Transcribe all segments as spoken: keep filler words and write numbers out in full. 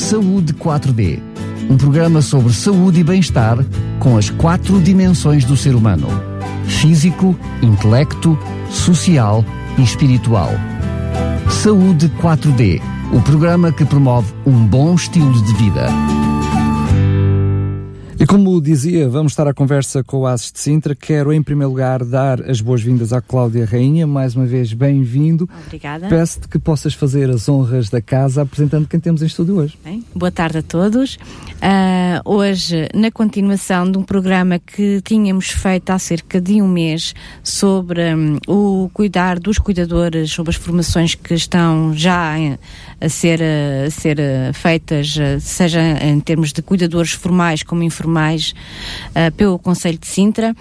Saúde quatro D, um programa sobre saúde e bem-estar com as quatro dimensões do ser humano: físico, intelecto, social e espiritual. Saúde quatro D, o programa que promove um bom estilo de vida. E como dizia, vamos estar à conversa com o Ases de Sintra. Quero, em primeiro lugar, dar as boas-vindas à Cláudia Rainha. Mais uma vez, bem-vindo. Obrigada. Peço-te que possas fazer as honras da casa, apresentando quem temos em estúdio hoje. Bem, boa tarde a todos. Uh, hoje, na continuação de um programa que tínhamos feito há cerca de um mês sobre um, o cuidar dos cuidadores, sobre as formações que estão já em, a ser, a ser feitas, seja em termos de cuidadores formais como informais, mais uh, pelo Conselho de Sintra,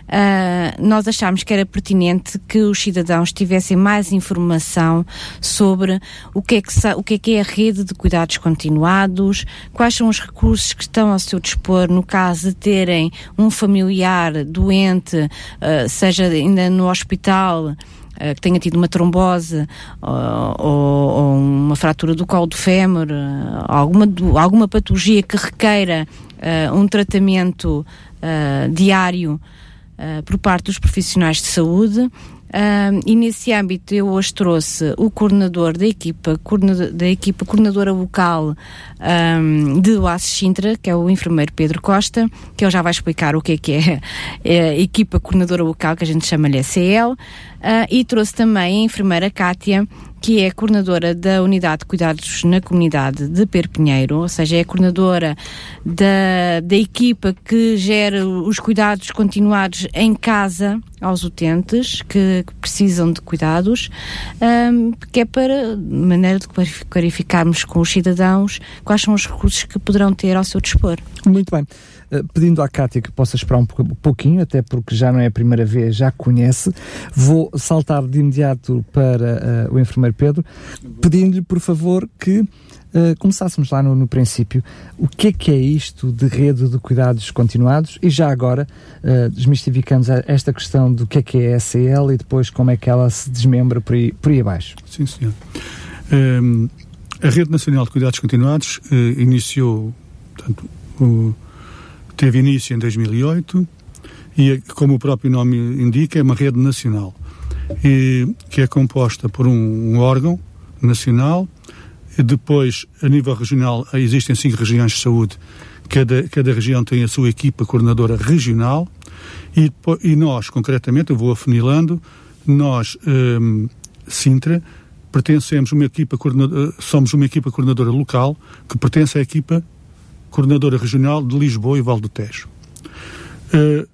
uh, nós achámos que era pertinente que os cidadãos tivessem mais informação sobre o que, é que, o que é que é a rede de cuidados continuados, quais são os recursos que estão ao seu dispor no caso de terem um familiar doente, uh, seja ainda no hospital, Uh, que tenha tido uma trombose uh, ou, ou uma fratura do colo do fémur, uh, alguma, do, alguma patologia que requeira uh, um tratamento uh, diário uh, por parte dos profissionais de saúde. Uh, e nesse âmbito eu hoje trouxe o coordenador da equipa, coordenador, da equipa coordenadora local um, de Oasis Sintra, que é o enfermeiro Pedro Costa, que ele já vai explicar o que é que é, é a equipa coordenadora local, que a gente chama-lhe S E L, uh, e trouxe também a enfermeira Cátia, que é a coordenadora da Unidade de Cuidados na Comunidade de Perpinheiro, ou seja, é a coordenadora da, da equipa que gera os cuidados continuados em casa aos utentes que, que precisam de cuidados, um, que é para maneira de clarificarmos com os cidadãos quais são os recursos que poderão ter ao seu dispor. Muito bem. Uh, pedindo à Cátia que possa esperar um pouquinho, até porque já não é a primeira vez, já conhece, vou saltar de imediato para uh, o enfermeiro Pedro, pedindo-lhe, por favor, que uh, começássemos lá no, no princípio. O que é que é isto de rede de cuidados continuados? E já agora, uh, desmistificamos esta questão do que é que é a S E L e depois como é que ela se desmembra por aí, por aí abaixo. Sim, senhor. Um, a Rede Nacional de Cuidados Continuados uh, iniciou, portanto, o teve início em dois mil e oito e, como o próprio nome indica, é uma rede nacional, e, que é composta por um, um órgão nacional. E depois, a nível regional, existem cinco regiões de saúde, cada, cada região tem a sua equipa coordenadora regional, e, e nós, concretamente, eu vou afunilando, nós, um, Sintra, pertencemos uma equipa coordenadora, somos uma equipa coordenadora local que pertence à equipa coordenadora regional de Lisboa e Val do Tejo. Uh,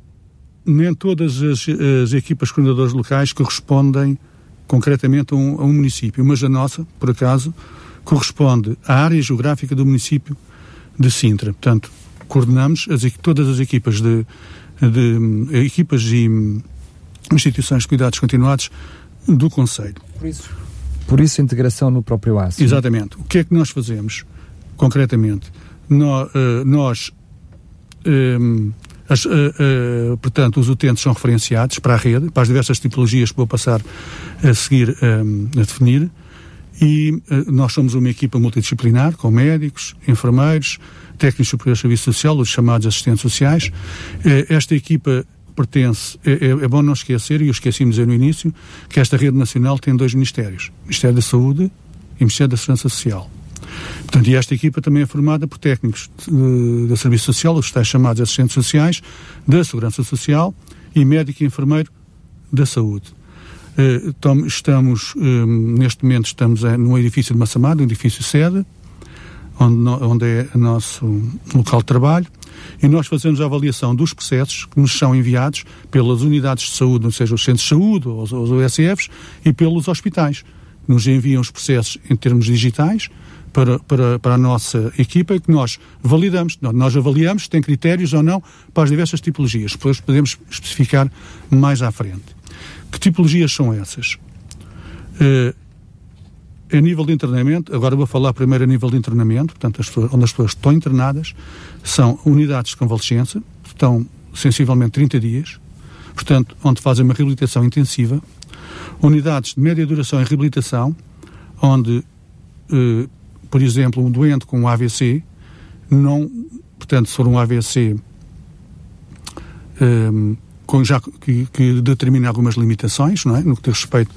nem todas as, as equipas coordenadoras locais correspondem concretamente a um, a um município, mas a nossa, por acaso, corresponde à área geográfica do município de Sintra. Portanto, coordenamos as, todas as equipas de, de equipas e instituições de cuidados continuados do Conselho. Por isso, por isso a integração no próprio A S. Exatamente. O que é que nós fazemos, concretamente? Nós, uh, nós um, as, uh, uh, portanto, os utentes são referenciados para a rede, para as diversas tipologias que vou passar a seguir um, a definir, e uh, nós somos uma equipa multidisciplinar, com médicos, enfermeiros, técnicos superiores de serviço social, os chamados assistentes sociais. Uh, esta equipa pertence, é, é bom não esquecer, e eu esqueci de dizer no início, que esta rede nacional tem dois ministérios, o Ministério da Saúde e o Ministério da Segurança Social. Portanto, e esta equipa também é formada por técnicos do Serviço Social, os tais chamados assistentes sociais, da Segurança Social, e médico e enfermeiro da Saúde. Uh, estamos, um, neste momento, estamos num edifício de Massamá, um edifício sede, onde, no, onde é o nosso local de trabalho, e nós fazemos a avaliação dos processos que nos são enviados pelas unidades de saúde, ou seja, os centros de saúde, os, os U S Fs, e pelos hospitais. Nos enviam os processos em termos digitais, Para, para, para a nossa equipa, e que nós validamos, nós avaliamos se tem critérios ou não para as diversas tipologias, depois podemos especificar mais à frente. Que tipologias são essas? Uh, a nível de internamento, agora vou falar primeiro a nível de internamento, portanto, as pessoas, onde as pessoas estão internadas, são unidades de convalescença, estão sensivelmente trinta dias, portanto, onde fazem uma reabilitação intensiva, unidades de média duração em reabilitação, onde uh, por exemplo, um doente com um A V C, não, portanto, se for um A V C um, com já, que, que determina algumas limitações, não é? No que diz respeito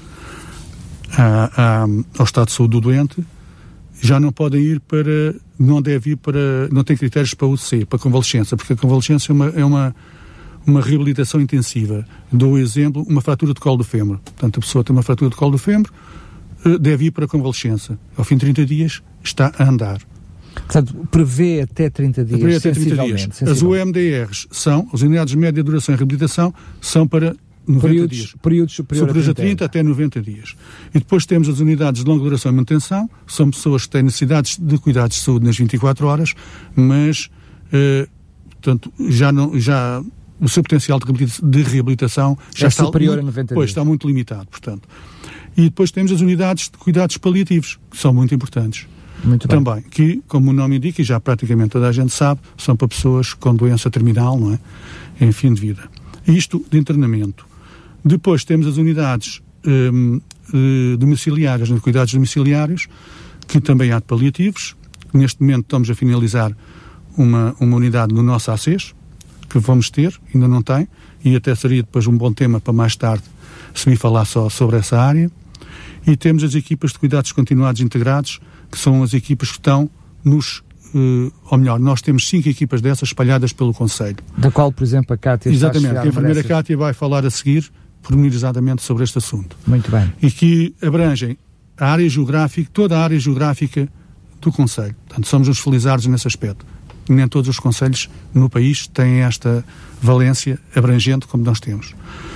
a, a, ao estado de saúde do doente, já não podem ir para, não deve ir para, não tem critérios para U C, para convalescença, porque a convalescença é uma, é uma, uma reabilitação intensiva. Dou o exemplo, uma fratura de colo do fémur. Portanto, a pessoa tem uma fratura de colo do fémur, deve ir para a convalescença. Ao fim de trinta dias está a andar. Portanto, prevê até trinta dias, prevê até trinta dias. As U M D Rs são, as unidades de média duração e reabilitação, são para noventa períodos, dias. Períodos superiores a trinta até noventa dias. E depois temos as unidades de longa duração e manutenção, são pessoas que têm necessidades de cuidados de saúde nas vinte e quatro horas, mas, eh, portanto, já não, já, o seu potencial de reabilitação já é está superior muito, a noventa pois, dias. Está muito limitado, portanto. E depois temos as unidades de cuidados paliativos, que são muito importantes. Muito bem. Também, que, como o nome indica, e já praticamente toda a gente sabe, são para pessoas com doença terminal, não é? Em fim de vida. Isto de internamento. Depois temos as unidades hum, eh, domiciliárias, de cuidados domiciliários, que também há de paliativos. Neste momento estamos a finalizar uma, uma unidade no nosso A C E S, que vamos ter, ainda não tem, e até seria depois um bom tema para mais tarde se me falar só sobre essa área. E temos as equipas de cuidados continuados integrados, que são as equipas que estão nos, uh, ou melhor, nós temos cinco equipas dessas espalhadas pelo Conselho. Da qual, por exemplo, a Cátia está a chegar. Exatamente, a enfermeira Cátia vai falar a seguir pormenorizadamente sobre este assunto. Muito bem. E que abrangem a área geográfica, toda a área geográfica do Conselho. Portanto, somos uns felizardos nesse aspecto. Nem todos os conselhos no país têm esta valência abrangente como nós temos.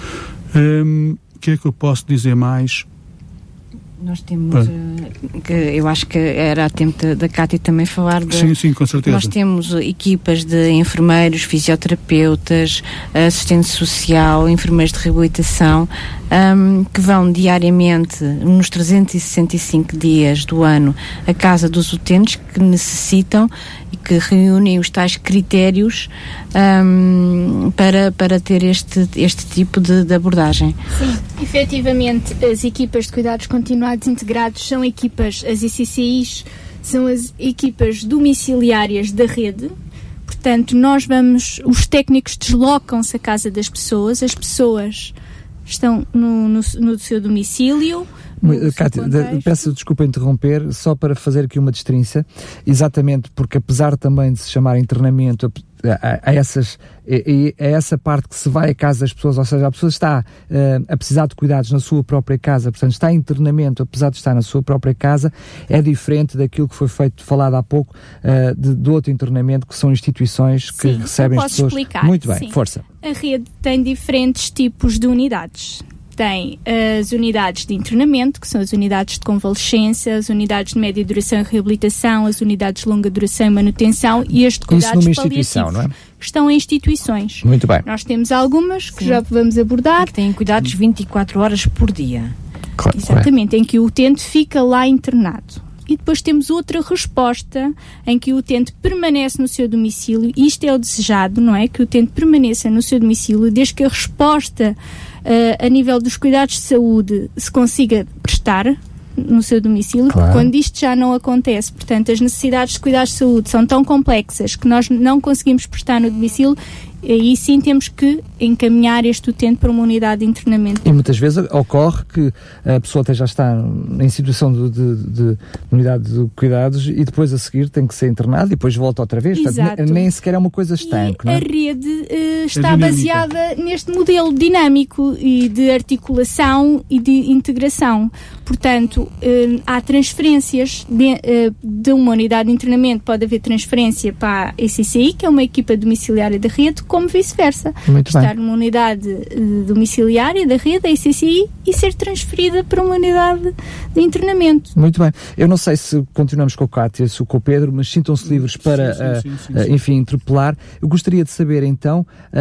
Hum, o que é que eu posso dizer mais? Nós temos, uh, que eu acho que era a tempo da, da Cátia também falar de... Sim, sim, com certeza. Nós temos equipas de enfermeiros, fisioterapeutas, assistente social, enfermeiros de reabilitação, um, que vão diariamente, nos trezentos e sessenta e cinco dias do ano, à casa dos utentes que necessitam e que reúnem os tais critérios um, para, para ter este, este tipo de, de abordagem. Sim, efetivamente, as equipas de cuidados continuados integrados são equipas, as E C C Is são as equipas domiciliárias da rede. Portanto, nós vamos, os técnicos deslocam-se à casa das pessoas, as pessoas estão no, no, no seu domicílio. Cátia, peço desculpa interromper, só para fazer aqui uma distinção, exatamente porque apesar também de se chamar internamento a, a, a, essas, a, a essa parte que se vai à casa das pessoas, ou seja, a pessoa está uh, a precisar de cuidados na sua própria casa, portanto está em internamento apesar de estar na sua própria casa, é diferente daquilo que foi feito, falado há pouco, uh, de, de outro internamento, que são instituições que sim, recebem as pessoas. Explicar. Muito bem, sim. Força. A rede tem diferentes tipos de unidades. Tem as unidades de internamento, que são as unidades de convalescência, as unidades de média duração e reabilitação, as unidades de longa duração e manutenção e as de cuidados paliativos, não é? que estão em instituições. Muito bem. Nós temos algumas que sim, já vamos abordar. Que têm cuidados vinte e quatro horas por dia. Claro, exatamente, claro. Em que o utente fica lá internado. E depois temos outra resposta em que o utente permanece no seu domicílio. Isto é o desejado, não é? Que o utente permaneça no seu domicílio desde que a resposta uh, a nível dos cuidados de saúde se consiga prestar no seu domicílio, claro. Quando isto já não acontece, portanto, as necessidades de cuidados de saúde são tão complexas que nós não conseguimos prestar no domicílio, aí sim temos que encaminhar este utente para uma unidade de internamento. E muitas vezes ocorre que a pessoa até já está em situação de, de, de unidade de cuidados e depois a seguir tem que ser internado e depois volta outra vez. Exato. Portanto, nem sequer é uma coisa estanque, e não é? A rede uh, está é baseada neste modelo dinâmico e de articulação e de integração. Portanto, uh, há transferências de, uh, de uma unidade de internamento, pode haver transferência para a E C C I, que é uma equipa domiciliária da rede, como vice-versa. Muito Estar bem. numa unidade uh, domiciliária da rede, a E C C I, e ser transferida para uma unidade de internamento. Muito bem. Eu não sei se continuamos com o Cátia, se com o Pedro, mas sintam-se livres para, sim, sim, sim, sim, uh, sim. Uh, enfim, interpelar. Eu gostaria de saber, então, uh,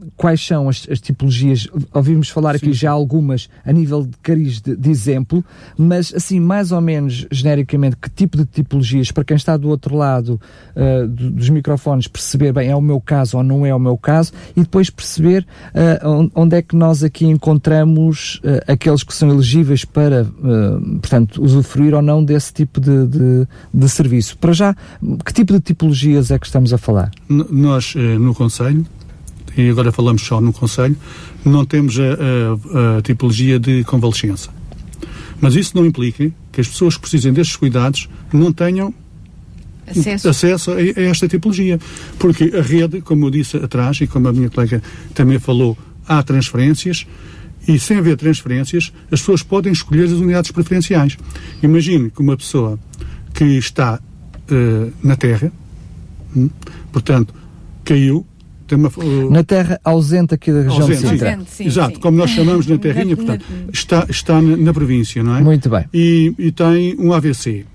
quais são as, as tipologias. Ouvimos falar Sim. aqui já algumas a nível de cariz de, de exemplo, mas assim, mais ou menos genericamente, que tipo de tipologias, para quem está do outro lado uh, do, dos microfones, perceber bem, é o meu caso ou não é o meu caso, e depois perceber uh, onde é que nós aqui encontramos uh, aqueles que são elegíveis para, uh, portanto, usufruir ou não desse tipo de, de, de serviço. Para já, que tipo de tipologias é que estamos a falar? N- nós, eh, no Conselho, e agora falamos só no Conselho, não temos a, a, a tipologia de convalescença. Mas isso não implica que as pessoas que precisem destes cuidados não tenham acesso, acesso a, a esta tipologia. Porque a rede, como eu disse atrás, e como a minha colega também falou, há transferências, e sem haver transferências, as pessoas podem escolher as unidades preferenciais. Imagine que uma pessoa que está uh, na Terra, hum, portanto, caiu, tem uma, uh, na Terra ausente aqui da região ausente, de Sintra. Ausente, sim, Exato, sim. como nós chamamos na terrinha, portanto, está, está na, na província, não é? Muito bem. E, e tem um A V C.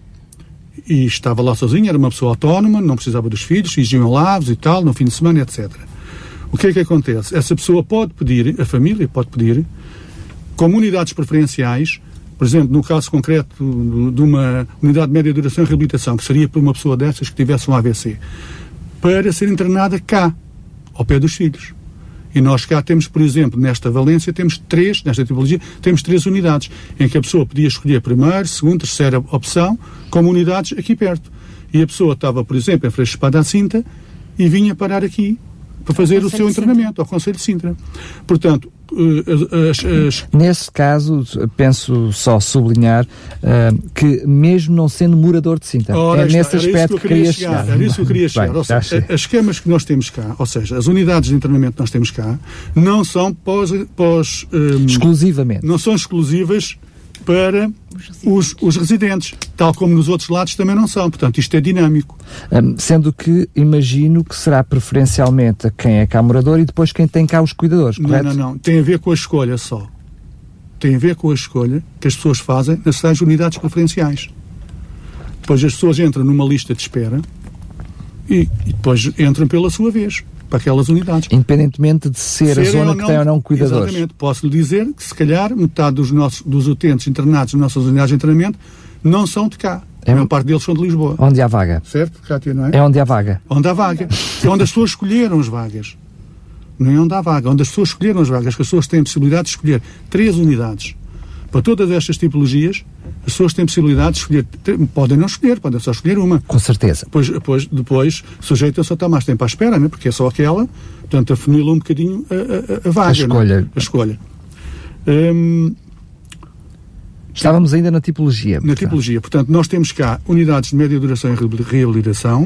E estava lá sozinha, era uma pessoa autónoma, não precisava dos filhos, exigiam lavos e tal, no fim de semana, etcétera. O que é que acontece? Essa pessoa pode pedir, a família pode pedir, como unidades preferenciais, por exemplo, no caso concreto de uma unidade de média duração e reabilitação, que seria para uma pessoa dessas que tivesse um A V C, para ser internada cá, ao pé dos filhos. E nós cá temos, por exemplo, nesta Valência, temos três, nesta tipologia, temos três unidades, em que a pessoa podia escolher primeira, segunda, terceira opção, como unidades aqui perto. E a pessoa estava, por exemplo, em Freixo Espada à Cinta e vinha parar aqui para fazer o seu internamento, ao Conselho de Sintra. Portanto, as, as... nesse caso, penso só sublinhar uh, que mesmo não sendo morador de Sintra, Ora, é está, nesse aspecto que, que queria chegar. chegar. Era isso que eu queria chegar. Bem, ou seja, as camas que nós temos cá, ou seja, as unidades de internamento que nós temos cá, não são pós... pós um, exclusivamente. Não são exclusivas para os, os residentes, tal como nos outros lados também não são. Portanto, isto é dinâmico. Um, sendo que imagino que será preferencialmente a quem é cá morador e depois quem tem cá os cuidadores, correto? Não, não, não. Tem a ver com a escolha só. Tem a ver com a escolha que as pessoas fazem nas tais unidades preferenciais. Depois as pessoas entram numa lista de espera e, e depois entram pela sua vez para aquelas unidades. Independentemente de ser Serem a zona que tem ou não cuidadores. Exatamente. Posso lhe dizer que, se calhar, metade dos, nossos, dos utentes internados nas nossas unidades de internamento não são de cá. É a maior parte deles são de Lisboa. Onde há vaga. Certo, Cátia, não é? É onde há vaga. Onde há vaga. É onde as pessoas escolheram as vagas. Não é onde há vaga. Onde as pessoas escolheram as vagas. Que as pessoas têm a possibilidade de escolher três unidades. Para todas estas tipologias, as pessoas têm a possibilidade de escolher. Podem não escolher, podem só escolher uma. Com certeza. Depois, depois, depois sujeitam-se a estar mais tempo à espera, né? Porque é só aquela. Portanto, afunila um bocadinho a, a, a vaga. A escolha. Né? A escolha. Hum, Estávamos ainda na tipologia. Na portanto. tipologia. Portanto, nós temos cá unidades de média duração e reabilitação,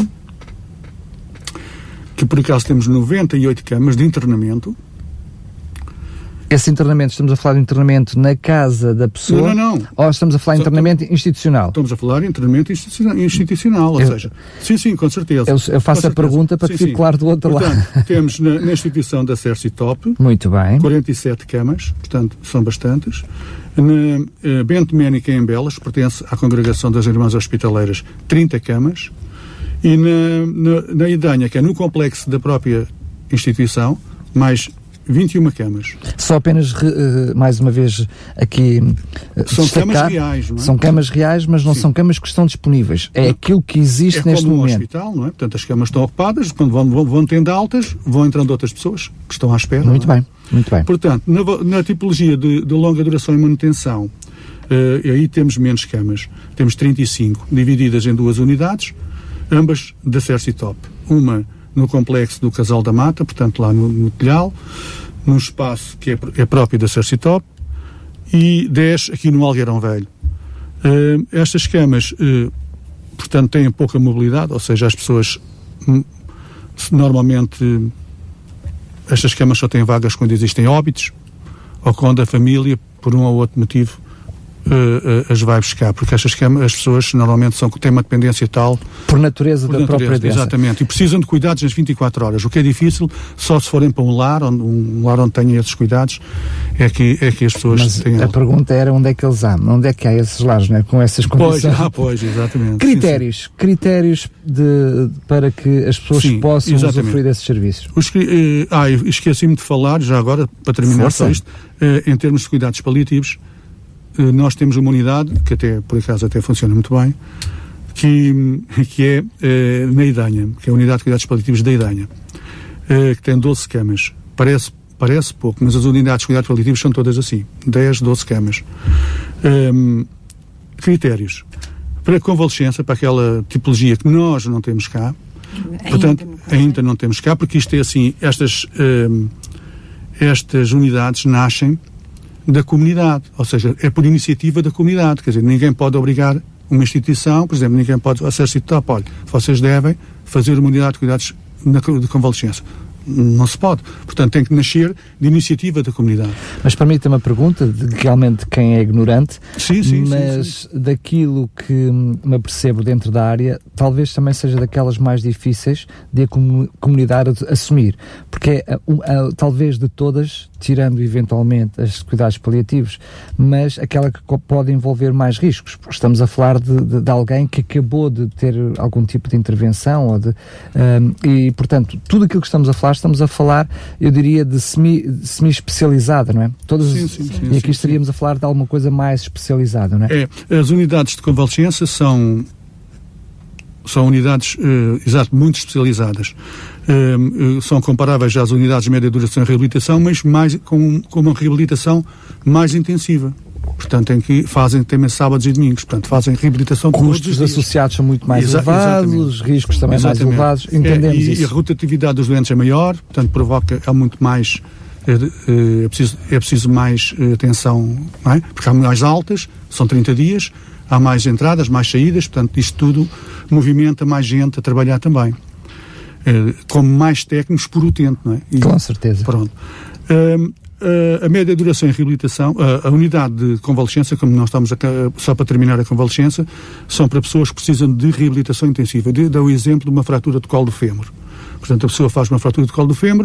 que por acaso temos noventa e oito camas de internamento. Esse internamento, estamos a falar de internamento na casa da pessoa? Não, não, não. Ou estamos a falar de internamento institucional? Estamos a falar de internamento institucional, institucional ou eu, seja, sim, sim, com certeza. Eu, eu faço a pergunta para sim, que fique sim. claro do outro portanto, lado. Temos na, na instituição da Cercitop, muito bem, quarenta e sete camas, portanto, são bastantes. Na uh, Bento Ménica em Belas, pertence à Congregação das Irmãs Hospitaleiras, trinta camas. E na, na, na Idanha, que é no complexo da própria instituição, mais vinte e uma camas. Só apenas, uh, mais uma vez, aqui uh, são destacar, camas reais, não é? São camas reais, mas não Sim. são camas que estão disponíveis. É não. aquilo que existe é neste como momento. É como um hospital, não é? Portanto, as camas estão ocupadas, quando vão, vão, vão tendo altas, vão entrando outras pessoas que estão à espera. Muito não é? bem, muito bem. Portanto, na, na tipologia de, de longa duração e manutenção, uh, aí temos menos camas. Temos trinta e cinco, divididas em duas unidades, ambas da Cercitop. Uma no complexo do Casal da Mata, portanto, lá no, no Telhal, num espaço que é, é próprio da Cercitop, e dez aqui no Algueirão Velho. Uh, estas camas, uh, portanto, têm pouca mobilidade, ou seja, as pessoas um, normalmente uh, estas camas só têm vagas quando existem óbitos ou quando a família, por um ou outro motivo, uh, as vai buscar, porque estas camas, as pessoas normalmente são, têm uma dependência tal... Por natureza por da natureza, própria doença. Exatamente, e precisam de cuidados nas vinte e quatro horas, o que é difícil, só se forem para um lar, onde, um lar onde tenham esses cuidados, é que, é que as pessoas Mas têm... a pergunta era onde é que eles há, onde é que há esses lares, não é? Com essas condições. Pois, ah, pois, exatamente. Critérios, sim, sim. critérios de, para que as pessoas sim, possam exatamente. usufruir desses serviços. Os, eh, ah, esqueci-me de falar, já agora, para terminar só isto, eh, em termos de cuidados paliativos, eh, nós temos uma unidade, que até, por acaso, até funciona muito bem, que, que é eh, na Idanha, que é a Unidade de Cuidados Paliativos da Idanha, eh, que tem doze camas. Parece, parece pouco, mas as unidades de cuidados paliativos são todas assim, dez, doze camas. Um, critérios. Para a convalescença, para aquela tipologia que nós não temos cá, ainda portanto, não ainda não temos cá, porque isto é assim, estas, um, estas unidades nascem da comunidade, ou seja, é por iniciativa da comunidade, quer dizer, ninguém pode obrigar uma instituição, por exemplo, ninguém pode acessar top, olha, vocês devem fazer uma unidade de cuidados na, de convalescença. Não se pode. Portanto, tem que nascer de iniciativa da comunidade. Mas permita-me a pergunta, de realmente quem é ignorante, sim, sim, mas sim, sim. daquilo que me apercebo dentro da área, talvez também seja daquelas mais difíceis de a comunidade assumir. Porque é, a, a, talvez de todas, tirando eventualmente os cuidados paliativos, mas aquela que pode envolver mais riscos, porque estamos a falar de, de, de alguém que acabou de ter algum tipo de intervenção, ou de, um, e, portanto, tudo aquilo que estamos a falar, estamos a falar, eu diria, de semi, semi-especializada, não é? Todas, sim, sim, sim, e aqui sim, estaríamos sim. a falar de alguma coisa mais especializada, não é? É, as unidades de convalescença são são unidades, uh, exato, muito especializadas. Uh, uh, são comparáveis às unidades de média duração e reabilitação, mas mais, com, com uma reabilitação mais intensiva. Portanto, em que fazem também sábados e domingos. Portanto, fazem reabilitação todos os dias. Custos associados são muito mais Exa- elevados, os riscos também exatamente. mais elevados. Entendemos é, e, isso. E a rotatividade dos doentes é maior, portanto, provoca, é muito mais, é, é, preciso, é preciso mais atenção, não é? Porque há mais altas, são trinta dias, há mais entradas, mais saídas, portanto, isto tudo movimenta mais gente a trabalhar também. É, como mais técnicos por utente, não é? E, com certeza. Pronto. Um, a média duração em reabilitação, a, a unidade de convalescença, como nós estamos a, só para terminar a convalescença, são para pessoas que precisam de reabilitação intensiva. De, dá o exemplo de uma fratura de colo do fémur. Portanto, a pessoa faz uma fratura de colo do fémur,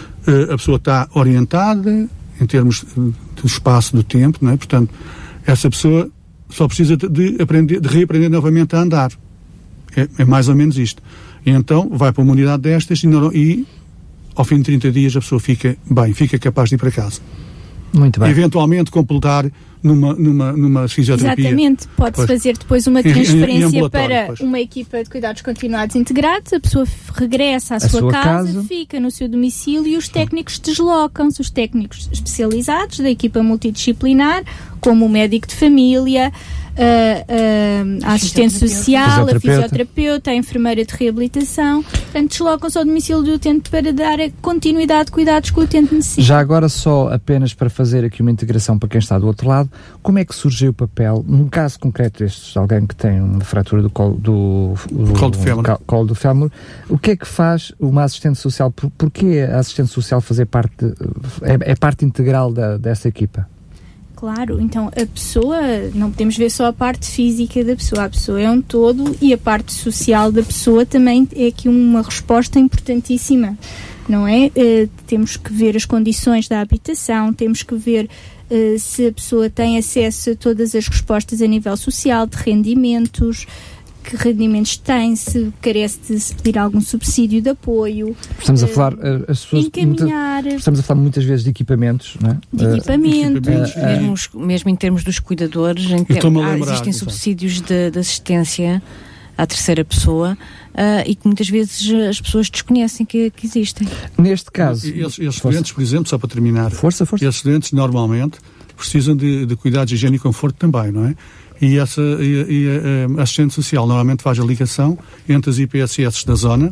a pessoa está orientada em termos do espaço, do tempo, não é? Portanto, essa pessoa só precisa de, de, aprender, de reaprender novamente a andar. É, é mais ou menos isto. E então, vai para uma unidade destas e, não, e ao fim de trinta dias a pessoa fica bem, fica capaz de ir para casa. Muito bem. Eventualmente completar numa, numa, numa fisioterapia. Exatamente, pode-se pois. fazer depois uma transferência em, em para pois. uma equipa de cuidados continuados integrados, a pessoa regressa à a sua, sua casa, casa, fica no seu domicílio e os técnicos deslocam-se, os técnicos especializados da equipa multidisciplinar, como o médico de família, a, a, a assistente social, a fisioterapeuta, a enfermeira de reabilitação, portanto deslocam-se ao domicílio do utente para dar a continuidade de cuidados que o utente necessita. Já agora só apenas para fazer aqui uma integração para quem está do outro lado, como é que surgiu o papel, num caso concreto destes, alguém que tem uma fratura do colo do, do, colo do fémur, um, colo do fémur, o que é que faz uma assistente social, por, porquê a assistente social fazer parte, é, é parte integral da, dessa equipa? Claro, então a pessoa, não podemos ver só a parte física da pessoa, a pessoa é um todo e a parte social da pessoa também é aqui uma resposta importantíssima, não é? Uh, temos que ver as condições da habitação, temos que ver uh, se a pessoa tem acesso a todas as respostas a nível social, de rendimentos, que rendimentos tem, se carece de se pedir algum subsídio de apoio. Estamos a falar, as pessoas, encaminhar. Muita, estamos a falar muitas vezes de equipamentos, não é? De equipamentos. Uh, mesmo, os, mesmo em termos dos cuidadores, em ter, há, existem subsídios de, de assistência à terceira pessoa uh, e que muitas vezes as pessoas desconhecem que, que existem. Neste caso... E esses estudantes, por exemplo, só para terminar, força, força. esses estudantes normalmente precisam de, de cuidados de higiene e conforto também, não é? E, essa, e, e a, a assistente social normalmente faz a ligação entre as I P S S da zona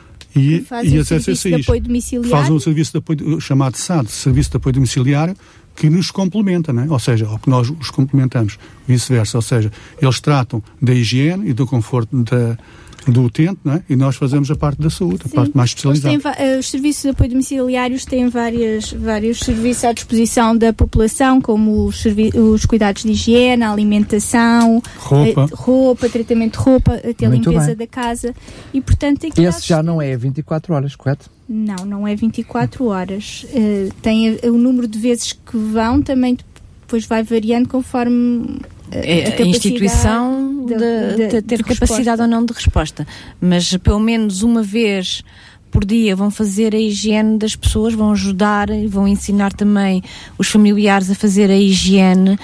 e, faz e o as S S Is. Faz um serviço de apoio, chamado S A D, Serviço de Apoio Domiciliário, que nos complementa, não é? Ou seja, ou que nós os complementamos. vice-versa, ou seja, eles tratam da higiene e do conforto da, do utente, não é? E nós fazemos a parte da saúde, Sim. a parte mais especializada. Têm, os serviços de apoio domiciliários têm várias, vários serviços à disposição da população, como os, servi- os cuidados de higiene, a alimentação, roupa, a, roupa tratamento de roupa, até a Muito limpeza bem. da casa. E, portanto, aqui Esse já não é vinte e quatro horas, correto? Não, não é vinte e quatro horas. Uh, tem a, o número de vezes que vão também depois vai variando conforme a, a instituição de, de, de, de ter de capacidade ou não de resposta. Mas pelo menos uma vez por dia vão fazer a higiene das pessoas, vão ajudar e vão ensinar também os familiares a fazer a higiene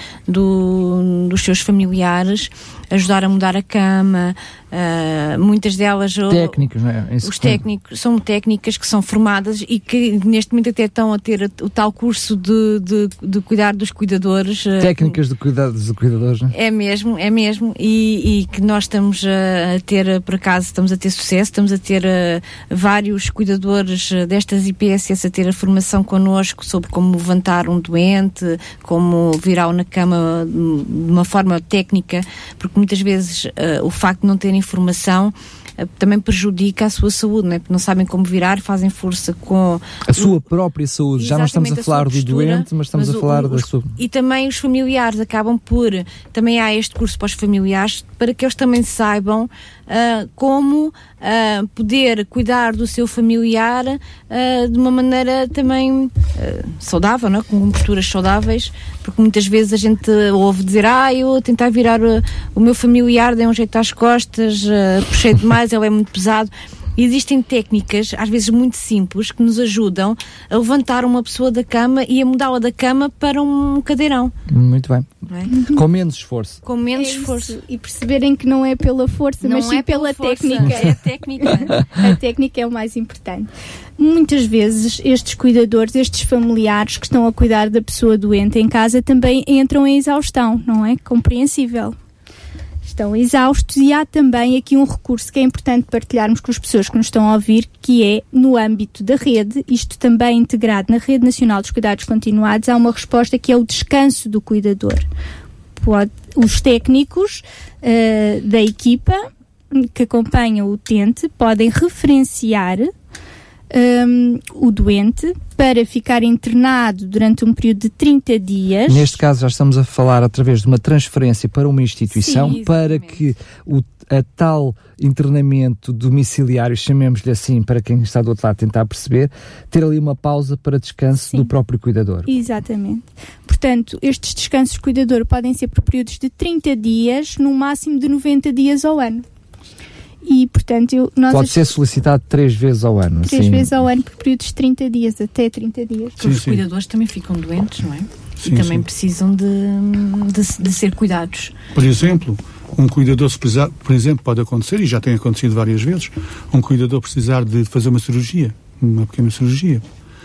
do, dos seus familiares, ajudar a mudar a cama, uh, muitas delas... Técnicos, não é? Os técnicos, são técnicas que são formadas e que neste momento até estão a ter o tal curso de, de, de cuidar dos cuidadores. Técnicas de cuidado dos cuidadores, não é? É mesmo, é mesmo, e, e que nós estamos a ter, por acaso, estamos a ter sucesso, estamos a ter uh, vários cuidadores destas I P S S a ter a formação connosco sobre como levantar um doente, como virá-lo na cama de uma forma técnica, porque muitas vezes uh, o facto de não terem informação uh, também prejudica a sua saúde, não é? Porque não sabem como virar, fazem força com... A sua própria saúde. Já não estamos a, a falar do doente, mas estamos mas a falar o, da sua... E também os familiares acabam por... Também há este curso para os familiares, para que eles também saibam uh, como uh, poder cuidar do seu familiar uh, de uma maneira também uh, saudável, não é? Com posturas saudáveis, porque muitas vezes a gente ouve dizer, ah, eu tentar virar o, o meu familiar, dei um jeito às costas, uh, puxei demais, ele é muito pesado. E existem técnicas, às vezes muito simples, que nos ajudam a levantar uma pessoa da cama e a mudá-la da cama para um cadeirão. Muito bem. É? Com menos esforço. Com menos é esforço. E perceberem que não é pela força, não mas sim é pela, pela força, técnica. É a técnica. A técnica é o mais importante. Muitas vezes estes cuidadores, estes familiares que estão a cuidar da pessoa doente em casa também entram em exaustão, não é? Compreensível. Estão exaustos e há também aqui um recurso que é importante partilharmos com as pessoas que nos estão a ouvir, que é no âmbito da rede, isto também integrado na Rede Nacional dos Cuidados Continuados, há uma resposta que é o descanso do cuidador. Pode, os técnicos uh, da equipa que acompanham o utente podem referenciar Um, o doente para ficar internado durante um período de trinta dias. Neste caso já estamos a falar através de uma transferência para uma instituição. Sim, para que o a tal internamento domiciliário, chamemos-lhe assim, para quem está do outro lado tentar perceber, ter ali uma pausa para descanso Sim. do próprio cuidador. Exatamente. Portanto, estes descansos de cuidador podem ser por períodos de trinta dias, no máximo de noventa dias ao ano. E, portanto, eu, nós Pode ser solicitado três vezes ao ano. Três sim. vezes ao ano, por períodos de trinta dias, até trinta dias. Sim, os sim. cuidadores também ficam doentes, não é? Sim, e também sim. precisam de, de, de ser cuidados. Por exemplo, um cuidador, se precisar, por exemplo, pode acontecer, e já tem acontecido várias vezes, um cuidador precisar de fazer uma cirurgia, uma pequena cirurgia.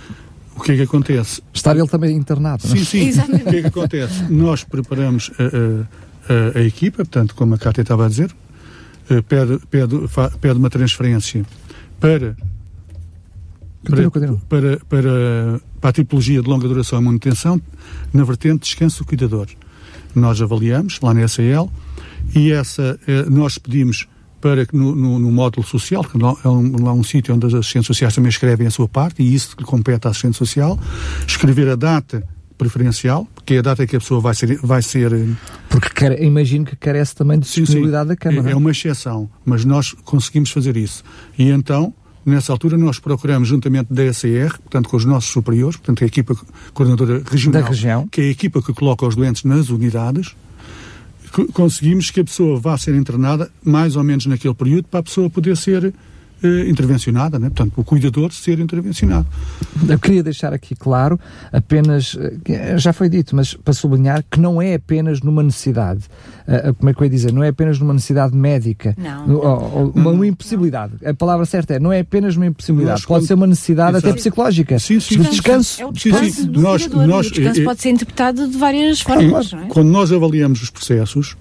O que é que acontece? Estar ele também internado, não é? Sim, sim. Exatamente. O que é que acontece? Nós preparamos a, a, a, a equipa, portanto, como a Cátia estava a dizer, Pede, pede, pede uma transferência para, continua, para, continua. Para, para, para a tipologia de longa duração e manutenção na vertente descanso do cuidador. Nós avaliamos lá na S A L e essa, nós pedimos para que no, no, no módulo social, que é um, lá um sítio onde as assistentes sociais também escrevem a sua parte, e isso que compete à assistente social, escrever a data preferencial, porque é a data que a pessoa vai ser... Vai ser porque quer, imagino que carece também de disponibilidade da Câmara. É, é uma exceção, mas nós conseguimos fazer isso. E então, nessa altura, nós procuramos, juntamente da S A R, portanto, com os nossos superiores, portanto, a equipa coordenadora regional, da região, que é a equipa que coloca os doentes nas unidades, conseguimos que a pessoa vá ser internada mais ou menos naquele período para a pessoa poder ser Uh, intervencionada, né? Portanto, o cuidador ser intervencionado. Eu queria deixar aqui claro, apenas, já foi dito, mas para sublinhar que não é apenas numa necessidade, uh, como é que eu ia dizer, não é apenas numa necessidade médica, não, no, ou, uma, uma impossibilidade. Não. A palavra certa é, não é apenas uma impossibilidade, nós, pode quando, ser uma necessidade exato. Até psicológica. Sim, sim, de sim. descanso. É o descanso sim, sim. do nós, cuidador, nós, o descanso é, pode ser interpretado de várias formas. Não é? Quando nós avaliamos os processos,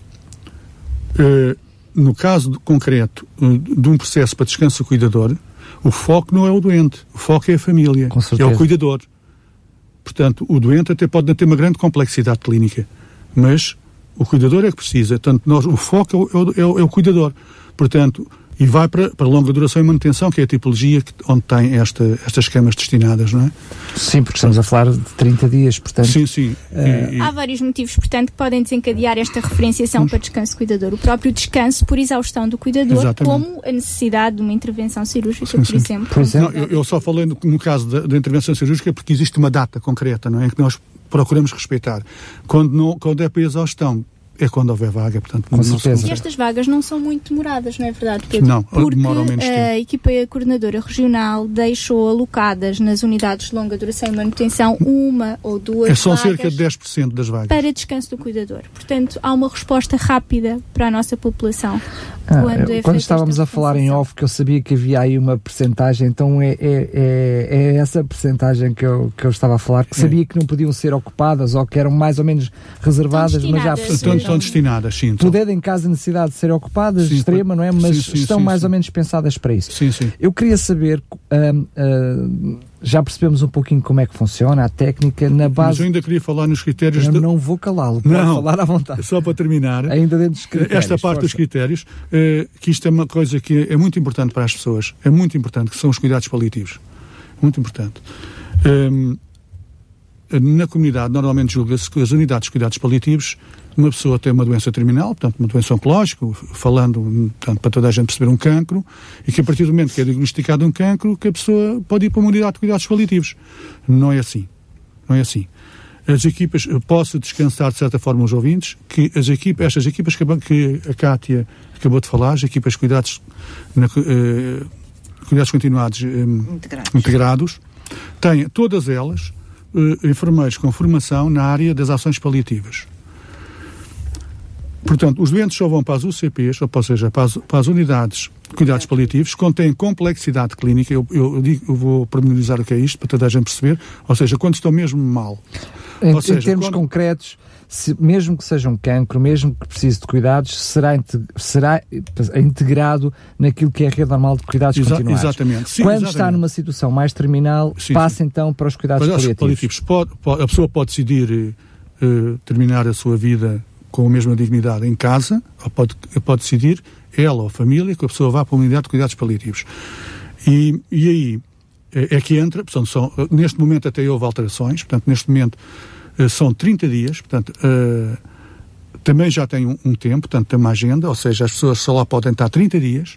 uh, no caso de, concreto de um processo para descanso do cuidador, o foco não é o doente, o foco é a família, é o cuidador. Portanto, o doente até pode não ter uma grande complexidade clínica, mas O cuidador é que precisa. Portanto, nós, o foco é o, é o, é o cuidador. Portanto, e vai para, para longa duração e manutenção, que é a tipologia que, onde tem esta, estas camas destinadas, não é? Sim, porque estamos a falar de trinta dias, portanto... Sim, sim. Uh, e, e... Há vários motivos, portanto, que podem desencadear esta referenciação para descanso do cuidador. O próprio descanso por exaustão do cuidador, Exatamente. como a necessidade de uma intervenção cirúrgica, Sim, por sim. exemplo. Por exemplo. Não, eu, eu só falei no, no caso da, da intervenção cirúrgica porque existe uma data concreta, não é? Que nós procuramos respeitar. Quando, não, quando é para exaustão, é quando houver vaga, portanto... Com não certeza. E estas vagas não são muito demoradas, não é verdade, Pedro? Não, porque demoram menos tempo. A equipa coordenadora regional deixou alocadas nas unidades de longa duração e manutenção uma ou duas É só vagas cerca de dez por cento das vagas. para descanso do cuidador. Portanto, há uma resposta rápida para a nossa população. Ah, quando é quando feita estávamos esta a falar em referenciação. off, que eu sabia que havia aí uma percentagem, então é, é, é, é essa percentagem que eu, que eu estava a falar, que É. sabia que não podiam ser ocupadas ou que eram mais ou menos reservadas, mas já destinadas. percebi. Estão, estão destinadas, sim. Estão. Podendo em caso de necessidade de serem ocupadas, Sim, extrema, não é? Mas sim, sim, estão sim, mais sim. ou menos pensadas para isso. Sim, sim. Eu queria saber, hum, hum, já percebemos um pouquinho como é que funciona a técnica na Mas base. eu ainda queria falar nos critérios... Eu de... não vou calá-lo, pode Não. falar à vontade. Só para terminar... Ainda dentro dos critérios. Esta parte dos força. critérios, eh, que isto é uma coisa que é muito importante para as pessoas, é muito importante, que são os cuidados paliativos. Muito importante. Um, na comunidade, normalmente julga-se que as unidades de cuidados paliativos, uma pessoa tem uma doença terminal, portanto, uma doença oncológica, falando, portanto, para toda a gente perceber um cancro, e que a partir do momento que é diagnosticado um cancro, que a pessoa pode ir para uma unidade de cuidados paliativos. Não é assim. Não é assim. As equipas, posso descansar de certa forma os ouvintes, que as equipas, estas equipas que a, que a Cátia acabou de falar, as equipas de cuidados, na, eh, cuidados continuados eh, Integrados. integrados, têm todas elas eh, enfermeiros com formação na área das ações paliativas. Portanto, os doentes só vão para as U C Ps, ou seja, para as, para as unidades de cuidados paliativos, que contêm complexidade clínica. Eu, eu, digo, eu vou pormenorizar o que é isto, para toda a gente perceber. Ou seja, quando estão mesmo mal. Em, Ou seja, em termos quando... concretos, se, mesmo que seja um cancro, mesmo que precise de cuidados, será, inte, será integrado naquilo que é a rede normal de cuidados Exa- continuados. Exatamente. Sim, Quando exatamente. está numa situação mais terminal, Sim, passa sim. então para os cuidados Mas paliativos. paliativos pode, pode, a pessoa pode decidir eh, terminar a sua vida com a mesma dignidade em casa, ou pode, pode decidir, ela ou a família, que a pessoa vá para uma unidade de cuidados paliativos. E, e aí é, é que entra, portanto, são, neste momento até houve alterações, portanto, neste momento eh, são trinta dias, portanto, eh, também já tem um, um tempo, portanto, tem uma agenda, ou seja, as pessoas só lá podem estar trinta dias.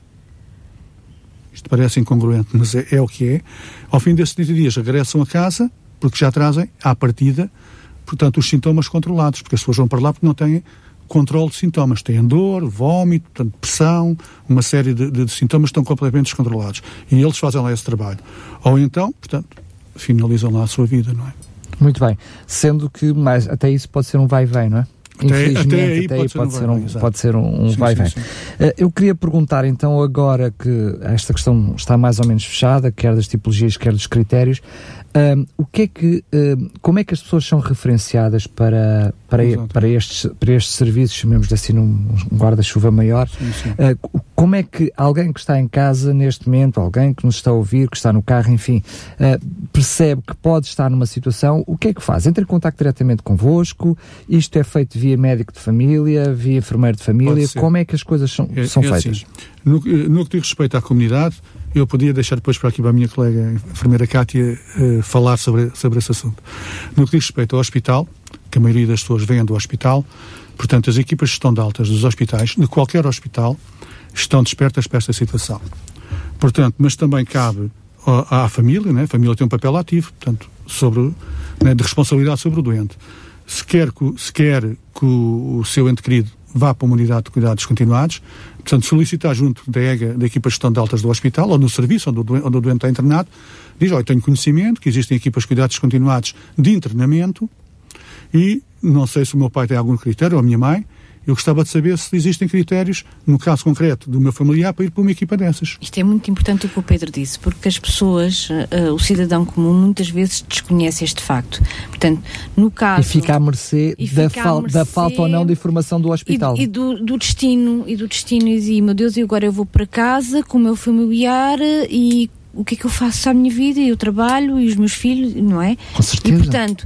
Isto parece incongruente, mas é, é o que é. Ao fim desses trinta dias regressam a casa, porque já trazem, à partida, portanto, os sintomas controlados, porque as pessoas vão para lá porque não têm controle de sintomas. Têm dor, vómito, portanto, pressão, uma série de, de, de sintomas que estão completamente descontrolados. E eles fazem lá esse trabalho. Ou então, portanto, finalizam lá a sua vida, não é? Muito bem. Sendo que mais, até isso pode ser um vai e vem, não é? Até- Infelizmente, até aí até pode ser um ser vai-vem, um, exato. pode ser um, um Sim, vai e vem. sim, sim. Uh, eu queria perguntar então, agora que esta questão está mais ou menos fechada, quer das tipologias, quer dos critérios, um, o que é que, um, como é que as pessoas são referenciadas para, para, Exato. para, estes, para estes serviços, chamemos assim num um guarda-chuva maior? Sim, sim. Uh, como é que alguém que está em casa neste momento, alguém que nos está a ouvir, que está no carro, enfim, uh, percebe que pode estar numa situação, o que é que faz? Entra em contacto diretamente convosco, isto é feito via médico de família, via enfermeiro de família, Pode ser. como é que as coisas são, É, são é feitas? assim, no, no que diz respeito à comunidade, eu podia deixar depois para aqui para a minha colega a enfermeira Cátia uh, falar sobre, sobre esse assunto. No que diz respeito ao hospital, que a maioria das pessoas vêm do hospital, portanto, as equipas de gestão de altas dos hospitais, de qualquer hospital, estão despertas para esta situação. Portanto, mas também cabe à, à família, né? A família tem um papel ativo, portanto, sobre, né, de responsabilidade sobre o doente. Se quer que, se quer que o, o seu ente querido vá para uma unidade de cuidados continuados, portanto, solicitar junto da E G A, da equipa de gestão de altas do hospital, ou no serviço onde o doente, onde o doente está internado, diz, olha, tenho conhecimento que existem equipas de cuidados continuados de internamento e não sei se o meu pai tem algum critério, ou a minha mãe, eu gostava de saber se existem critérios, no caso concreto do meu familiar, para ir para uma equipa dessas. Isto é muito importante o que o Pedro disse, porque as pessoas, uh, o cidadão comum, muitas vezes desconhece este facto. Portanto, no caso... E fica à mercê, E da, fica à fal- mercê da falta ou não de informação do hospital. E, e do, do destino, e do destino, e dizer, meu Deus, e agora eu vou para casa com o meu familiar e o que é que eu faço à minha vida e o trabalho e os meus filhos, não é? Com certeza. E portanto,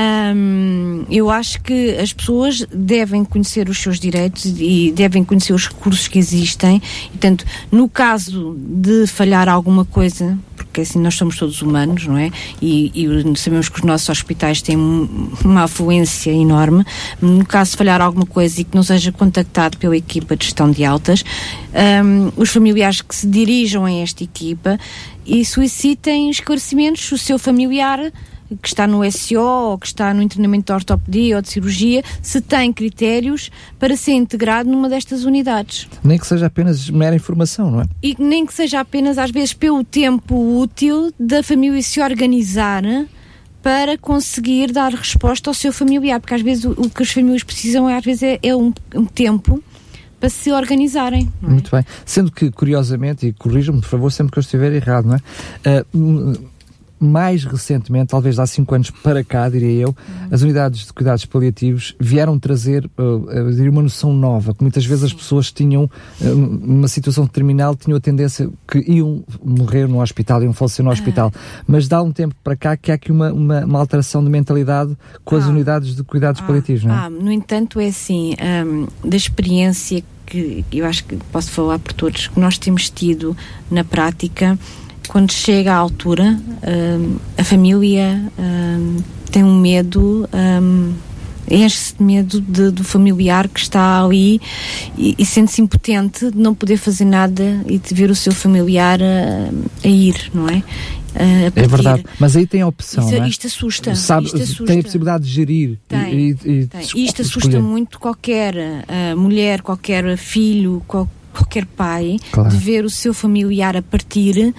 hum, eu acho que as pessoas devem conhecer os seus direitos e devem conhecer os recursos que existem. E, portanto, no caso de falhar alguma coisa, porque assim nós somos todos humanos, não é? E, e sabemos que os nossos hospitais têm uma afluência enorme. No caso de falhar alguma coisa e que não seja contactado pela equipa de gestão de altas, um, os familiares que se dirijam a esta equipa e solicitem esclarecimentos se o seu familiar que está no S O ou que está no internamento de ortopedia ou de cirurgia, se tem critérios para ser integrado numa destas unidades. Nem que seja apenas mera informação, não é? E nem que seja apenas, às vezes, pelo tempo útil da família se organizar para conseguir dar resposta ao seu familiar, porque às vezes o, o que as famílias precisam é, às vezes é, é um, um tempo para se organizarem. Não é? Muito bem. Sendo que, curiosamente, e corrijam-me, por favor, sempre que eu estiver errado, não é? Uh, mais recentemente, talvez há cinco anos para cá, diria eu, uhum. as unidades de cuidados paliativos vieram trazer uh, uma noção nova, que muitas vezes Sim. as pessoas tinham, uh, numa situação terminal, tinham a tendência que iam morrer no hospital, iam falecer no hospital. Ah. Mas dá um tempo para cá que há aqui uma, uma, uma alteração de mentalidade com ah. as unidades de cuidados ah. paliativos, não é? Ah, no entanto, é assim, um, da experiência que eu acho que posso falar por todos, que nós temos tido na prática, quando chega à altura, um, a família um, tem um medo, um, enche-se de medo de, do familiar que está ali e, e sente-se impotente de não poder fazer nada e de ver o seu familiar a, a ir, não é? Uh, é verdade, mas aí tem a opção, isto, não é? Isto assusta. Sabe, isto assusta. Tem a possibilidade de gerir. Tem, e, e, tem. e Isto assusta escolher. muito qualquer uh, mulher, qualquer filho, qualquer qualquer pai, claro. de ver o seu familiar a partir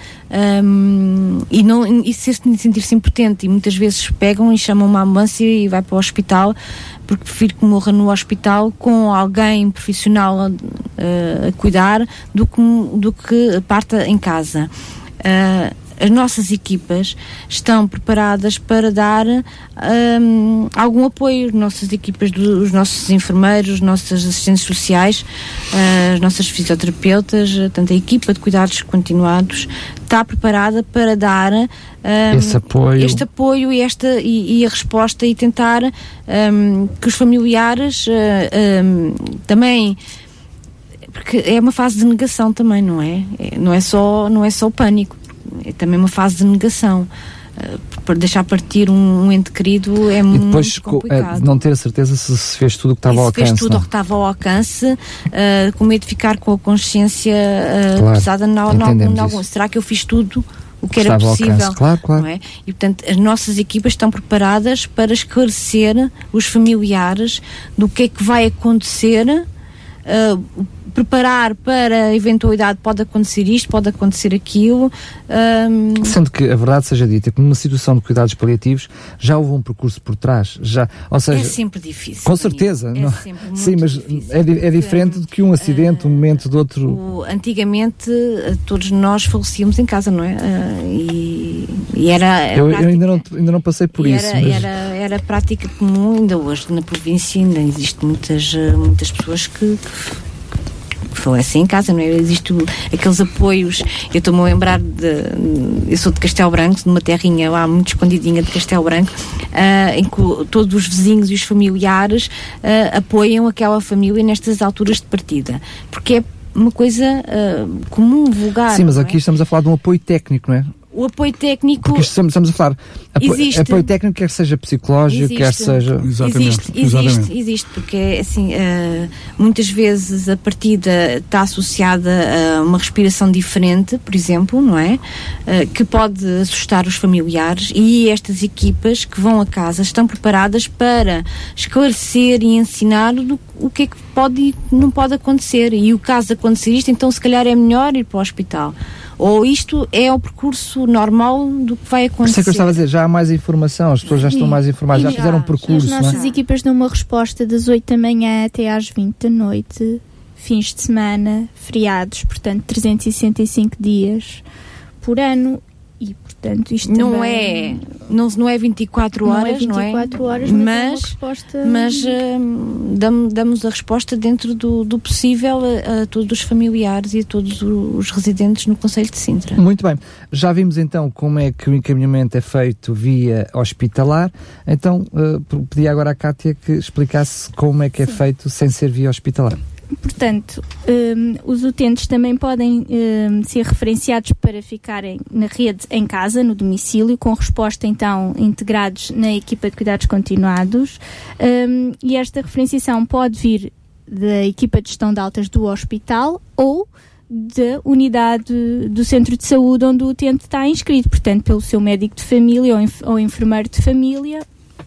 um, e, não, e sentir-se impotente, e muitas vezes pegam e chamam uma ambulância e vai para o hospital, porque prefiro que morra no hospital com alguém profissional uh, a cuidar do que, do que parta em casa. Uh, as nossas equipas estão preparadas para dar um, algum apoio. As nossas equipas, do, os nossos enfermeiros, os nossos assistentes sociais, uh, as nossas fisioterapeutas, tanto a equipa de cuidados continuados está preparada para dar um, Esse apoio. este apoio e, esta, e, e a resposta e tentar um, que os familiares uh, um, também, porque é uma fase de negação também, não é? Não é só, não é só o pânico. É também uma fase de negação. Uh, para deixar partir um, um ente querido é muito complicado. E depois não ter a certeza se se fez tudo o que estava ao alcance. Se fez tudo o que estava ao alcance, uh, com medo de ficar com a consciência uh, claro, pesada em algum. Será que eu fiz tudo o que era possível? Claro, claro. Não é? E portanto as nossas equipas estão preparadas para esclarecer os familiares do que é que vai acontecer, uh, preparar para a eventualidade, pode acontecer isto, pode acontecer aquilo. Um... Sendo que a verdade seja dita, que numa situação de cuidados paliativos já houve um percurso por trás, já, ou seja, é sempre difícil. Com certeza. É não, sempre muito sim, mas difícil. É, é diferente do que um acidente, uh, um momento de outro. O, antigamente todos nós falecíamos em casa, não é? Uh, e, e era. Eu, eu ainda, não, ainda não passei por isso. Era, mas... era, era prática comum, ainda hoje na província ainda existe muitas, muitas pessoas que, que falecem em casa, não é? Existem aqueles apoios. Eu estou-me a lembrar de. Eu sou de Castelo Branco, de uma terrinha lá muito escondidinha de Castelo Branco, uh, em que todos os vizinhos e os familiares uh, apoiam aquela família nestas alturas de partida. Porque é uma coisa uh, comum, vulgar. Sim, mas aqui é? estamos a falar de um apoio técnico, não é? O apoio técnico... Porque estamos, estamos a falar... Apo, existe. Apoio técnico, quer seja psicológico, existe. quer seja... Exatamente. Existe, existe, Exatamente. existe, porque assim, uh, muitas vezes a partida está associada a uma respiração diferente, por exemplo, não é? Uh, que pode assustar os familiares, e estas equipas que vão a casa estão preparadas para esclarecer e ensinar do, o que é que pode e não pode acontecer. E o caso de acontecer isto, então se calhar é melhor ir para o hospital. Ou isto é o percurso normal do que vai acontecer. Isso é que eu estava a dizer, já há mais informação, as pessoas já estão mais informadas, já, já fizeram um percurso. As nossas não é? equipas dão uma resposta das oito da manhã até às vinte da noite, fins de semana, feriados, portanto trezentos e sessenta e cinco dias por ano, e portanto isto não também... é Não, não é vinte e quatro horas, não é? Não é vinte e quatro horas, mas, mas é uma resposta... Mas uh, damos, damos a resposta dentro do, do possível a, a todos os familiares e a todos os residentes no concelho de Sintra. Muito bem. Já vimos então como é que o encaminhamento é feito via hospitalar. Então, uh, pedi agora à Cátia que explicasse como é que é Sim. feito sem ser via hospitalar. Portanto, um, os utentes também podem um, ser referenciados para ficarem na rede em casa, no domicílio, com resposta então integrados na equipa de cuidados continuados, um, e esta referenciação pode vir da equipa de gestão de altas do hospital ou da unidade do centro de saúde onde o utente está inscrito, portanto pelo seu médico de família ou, enf- ou enfermeiro de família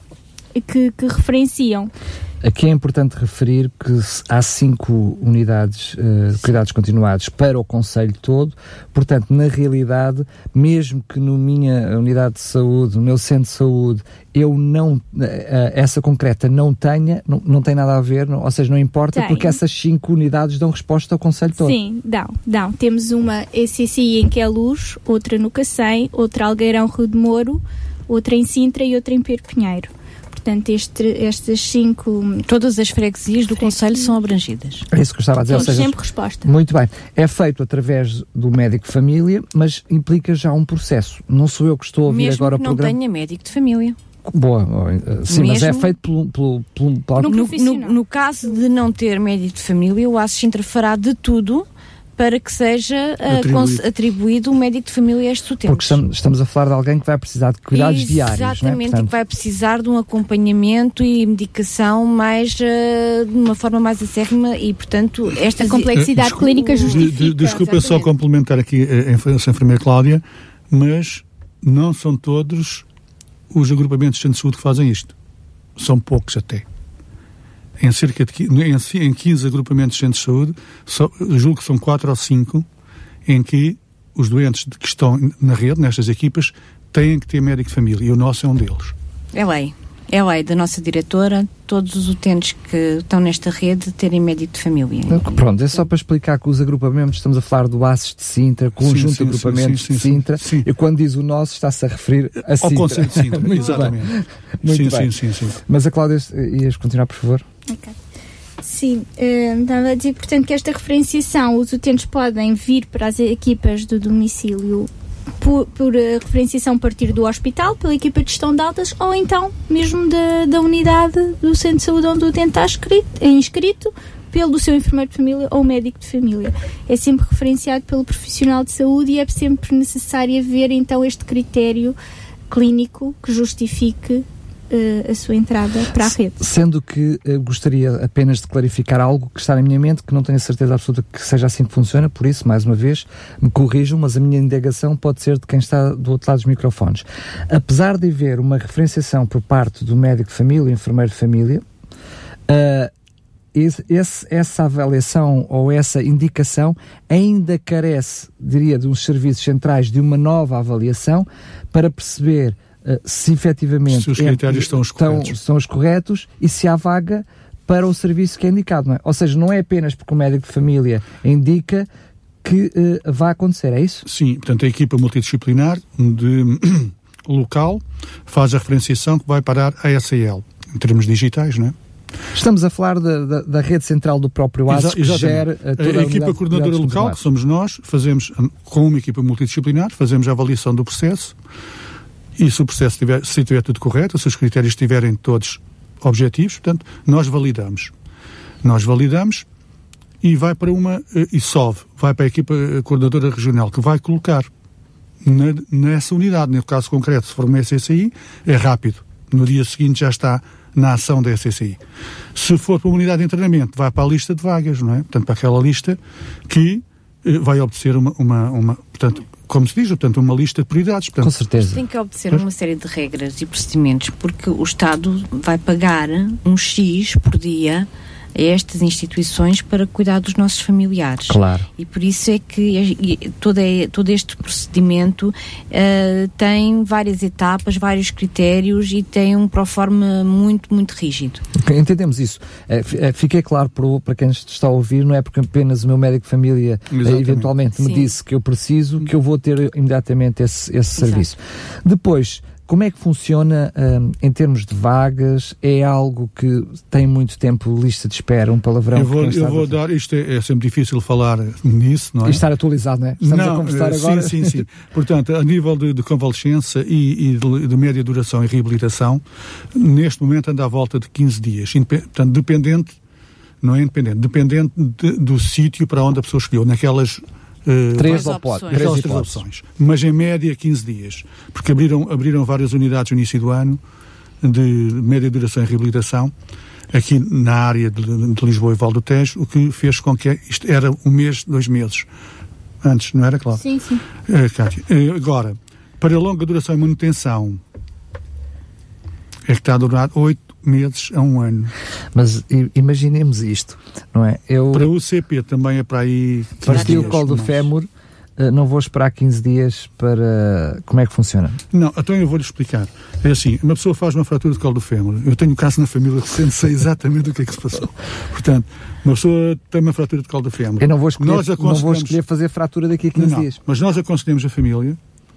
que, que referenciam. Aqui é importante referir que há cinco unidades uh, de cuidados continuados para o concelho todo, portanto, na realidade, mesmo que na minha unidade de saúde, no meu centro de saúde, eu não, uh, essa concreta não tenha, não, não tem nada a ver, não, ou seja, não importa, tem. Porque essas cinco unidades dão resposta ao concelho todo. Sim, dão, dão. Temos uma E C C I em Queluz, outra no Cacém, outra Algueirão Rio de Moro, outra em Sintra e outra em Perpinheiro. Portanto, este, estas cinco... Todas as freguesias do concelho são abrangidas. É isso que eu estava a dizer. Temos ou seja, sempre resposta. Muito bem. É feito através do médico de família, mas implica já um processo. Não sou eu que estou a ouvir Mesmo agora o que programa. Não tenha médico de família. Boa, sim, Mesmo... mas é feito pelo... pelo, pelo, pelo... No, no, no caso de não ter médico de família, o A S Sintra fará de tudo para que seja atribuído, uh, atribuído um médico de família a estes utentes. Porque estamos, estamos a falar de alguém que vai precisar de cuidados Exatamente, diários, Exatamente, né? Portanto... que vai precisar de um acompanhamento e medicação mais, uh, de uma forma mais acérrima e, portanto, esta a complexidade Desculpa, clínica justifica. De, desculpa só complementar aqui a, a enfermeira Cláudia, mas não são todos os agrupamentos de centro de saúde que fazem isto. São poucos até. Em cerca de em quinze agrupamentos de centros de saúde, só, julgo que são quatro ou cinco, em que os doentes que estão na rede, nestas equipas, têm que ter médico de família, e o nosso é um deles. É lei. É lei da nossa diretora, todos os utentes que estão nesta rede terem médico de família. Pronto, é só para explicar que os agrupamentos, estamos a falar do A S S de Sintra, conjunto sim, sim, de agrupamentos sim, sim, de Sintra, sim, sim. E quando diz o nosso, está-se a referir a Sintra. Ao conceito de Sintra, muito exatamente. Bem. Muito sim, bem. Sim, sim, sim. Mas a Cláudia, ias continuar, por favor? Ok. Sim, uh, estava a dizer, portanto, que esta referenciação, os utentes podem vir para as equipas do domicílio por, por uh, referenciação a partir do hospital, pela equipa de gestão de altas, ou então mesmo da, da unidade do centro de saúde onde o utente está inscrito, é inscrito, pelo seu enfermeiro de família ou médico de família. É sempre referenciado pelo profissional de saúde e é sempre necessário haver então este critério clínico que justifique a sua entrada para a rede. Sendo que uh, gostaria apenas de clarificar algo que está na minha mente, que não tenho a certeza absoluta que seja assim que funciona, por isso, mais uma vez, me corrijam, mas a minha indagação pode ser de quem está do outro lado dos microfones. Apesar de haver uma referenciação por parte do médico de família, enfermeiro de família, uh, esse, esse, essa avaliação ou essa indicação ainda carece, diria, de uns serviços centrais de uma nova avaliação para perceber Uh, se efetivamente se os critérios é, estão, os estão, estão os corretos e se há vaga para o serviço que é indicado, não é? Ou seja, não é apenas porque o médico de família indica que uh, vai acontecer, é isso? Sim, portanto a equipa multidisciplinar de local faz a referenciação que vai parar a S A L, em termos digitais, não é? Estamos a falar da, da, da rede central do próprio A S S, Exa- que gera uh, toda a, a equipa coordenadora local, que somos nós, fazemos com uma equipa multidisciplinar, fazemos a avaliação do processo. E se o processo estiver, se estiver tudo correto, se os critérios estiverem todos objetivos, portanto, nós validamos. Nós validamos e vai para uma, e solve, vai para a equipa coordenadora regional, que vai colocar na, nessa unidade, no caso concreto, se for uma S C I, é rápido. No dia seguinte já está na ação da S C I. Se for para uma unidade de treinamento, vai para a lista de vagas, não é? Portanto, para aquela lista que eh, vai obedecer uma, uma, uma portanto, como se diz, portanto, uma lista de prioridades. Portanto, com certeza. Tem que obedecer uma série de regras e procedimentos, porque o Estado vai pagar um X por dia a estas instituições para cuidar dos nossos familiares. Claro. E por isso é que todo, é, todo este procedimento uh, tem várias etapas, vários critérios e tem um proforma muito, muito rígido. Entendemos isso. É, fiquei claro para, para quem está a ouvir, não é porque apenas o meu médico de família Exatamente. eventualmente me Sim. disse que eu preciso, que eu vou ter imediatamente esse, esse serviço. Depois, como é que funciona um, em termos de vagas? É algo que tem muito tempo lista de espera, um palavrão? Eu vou, eu vou dar, isto é, é sempre difícil falar nisso, não é? E estar atualizado, não é? Estamos não, a conversar sim, agora. Sim, sim, Portanto, a nível de, de convalescença e, e de, de média duração e reabilitação, neste momento anda à volta de quinze dias. Portanto, dependente, não é independente, dependente de, do sítio para onde a pessoa escolheu, naquelas Uh, três, opções. três, três, três três opções. Mas em média quinze dias. Porque abriram, abriram várias unidades no início do ano de média duração e reabilitação aqui na área de, de Lisboa e Val do Tejo, o que fez com que isto era um mês, dois meses. Antes, não era, Cláudia? Sim, sim. Uh, Cátia, uh, agora, para longa duração e manutenção, é que está a durar oito meses a um ano. Mas imaginemos isto, não é? Eu, para o C P também é para aí... Parti o colo do fémur, não vou esperar quinze dias para... Como é que funciona? Não, então eu vou-lhe explicar. É assim, uma pessoa faz uma fratura de colo do fémur. Eu tenho um caso na família recente, sei exatamente o que é que se passou. Portanto, uma pessoa tem uma fratura de colo do fémur. Eu não vou escolher, nós não vou escolher fazer fratura daqui a quinze não, dias. Mas nós aconselhamos a família,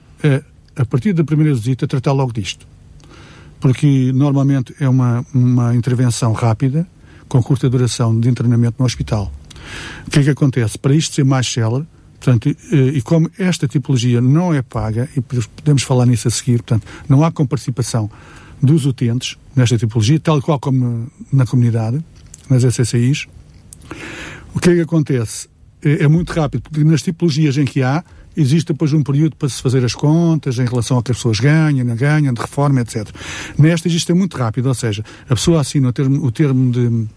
a, a partir da primeira visita, a tratar logo disto. Porque normalmente é uma, uma intervenção rápida, com curta duração de internamento no hospital. O que é que acontece? Para isto ser mais célere, portanto, e, e como esta tipologia não é paga, e podemos falar nisso a seguir, portanto, não há comparticipação dos utentes nesta tipologia, tal qual como na comunidade, nas S S I s, o que é que acontece? É, é muito rápido, porque nas tipologias em que há, existe depois um período para se fazer as contas em relação ao que as pessoas ganham, não ganham, de reforma, etcétera. Nesta, isto é muito rápido, ou seja, a pessoa assina o termo, o termo de,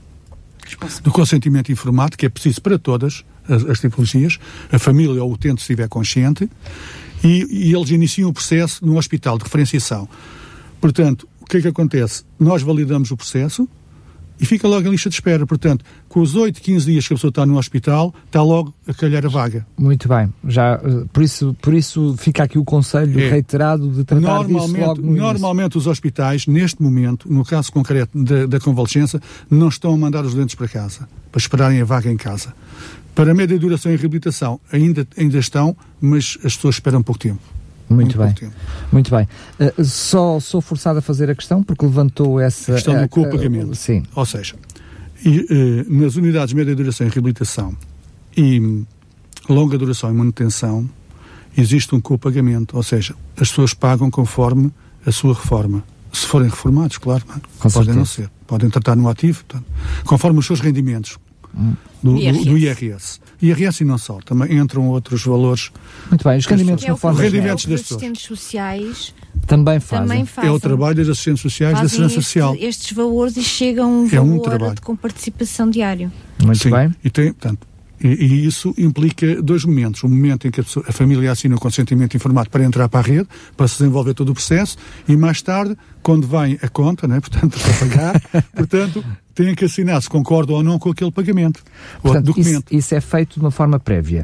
do consentimento informado, que é preciso para todas as, as tipologias, a família ou o utente se estiver consciente, e, e eles iniciam o processo no hospital de referenciação. Portanto, o que é que acontece? Nós validamos o processo, e fica logo em lista de espera. Portanto, com os oito, quinze dias que a pessoa está no hospital, está logo a calhar a vaga. Muito bem. Já, por, isso, por isso fica aqui o conselho é. reiterado de tratar normalmente, disso logo no Normalmente início. Os hospitais, neste momento, no caso concreto da, da convalescença, não estão a mandar os doentes para casa, para esperarem a vaga em casa. Para a média duração e reabilitação ainda, ainda estão, mas as pessoas esperam pouco tempo. Muito, Muito bem, muito bem. Uh, só sou forçado a fazer a questão porque levantou essa... A questão uh, do copagamento. Uh, sim. Ou seja, e, uh, nas unidades de média duração e reabilitação e longa duração e manutenção existe um copagamento, ou seja, as pessoas pagam conforme a sua reforma. Se forem reformados, claro, não? Com podem certeza. não ser. Podem tratar no ativo, portanto, conforme os seus rendimentos. Do, do, do I R S. I R S e não só, também entram outros valores. Muito bem, os rendimentos é não fazem. Os rendimentos é das os assistentes sociais também fazem. também fazem. É o trabalho das assistentes sociais da Fazem Segurança este, Social. estes valores e chegam a um É um valor trabalho. de comparticipação diário. Muito Sim, bem. E, tem, portanto, e, e isso implica dois momentos. Um momento em que a, pessoa, a família assina o consentimento informado para entrar para a rede, para se desenvolver todo o processo, e mais tarde, quando vem a conta, né, portanto, para pagar, portanto, têm que assinar se concordam ou não com aquele pagamento. Portanto, ou documento. Isso, isso é feito de uma forma prévia.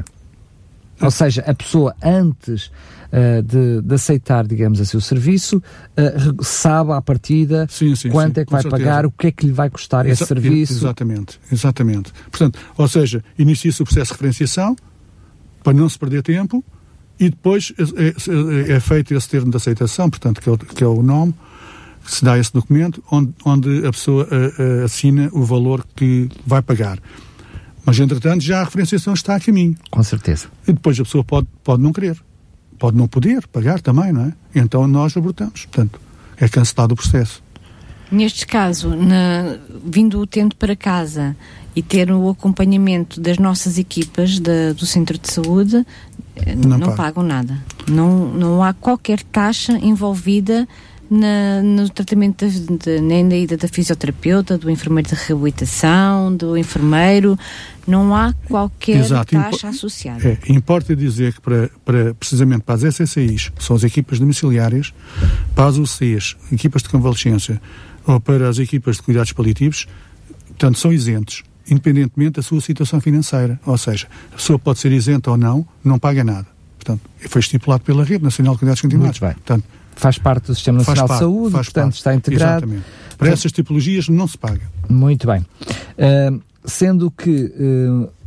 Ou seja, a pessoa antes uh, de, de aceitar, digamos assim, o serviço, uh, sabe à partida sim, sim, quanto sim, é que vai certeza. pagar, o que é que lhe vai custar Exa- esse serviço. Exatamente, exatamente. Portanto, ou seja, inicia-se o processo de referenciação, para não se perder tempo, e depois é, é, é feito esse termo de aceitação, portanto, que é o, que é o nome, que se dá esse documento, onde, onde a pessoa uh, uh, assina o valor que vai pagar. Mas, entretanto, já a referenciação está a caminho. Com certeza. E depois a pessoa pode, pode não querer. Pode não poder pagar também, não é? Então nós abortamos. Portanto, é cancelado o processo. Neste caso, na, vindo o utente para casa e ter o acompanhamento das nossas equipas de, do centro de saúde, Não não, paga. pagam nada. Não, não há qualquer taxa envolvida Na, no tratamento de, de, nem da ida da fisioterapeuta, do enfermeiro de reabilitação, do enfermeiro, não há qualquer Exato. taxa Impo- associada. É, importa dizer que para, para, precisamente para as S S I s, que são as equipas domiciliárias, para as U C s, equipas de convalescência, ou para as equipas de cuidados paliativos, portanto, são isentos, independentemente da sua situação financeira. Ou seja, a pessoa pode ser isenta ou não, não paga nada. Portanto, foi estipulado pela Rede Nacional de Cuidados Continuados. Muito bem. Portanto, Faz parte do Sistema Nacional faz de parte, Saúde, faz portanto parte. está integrado. Exatamente. Para essas tipologias não se paga. Muito bem. Uh, sendo que uh, uh,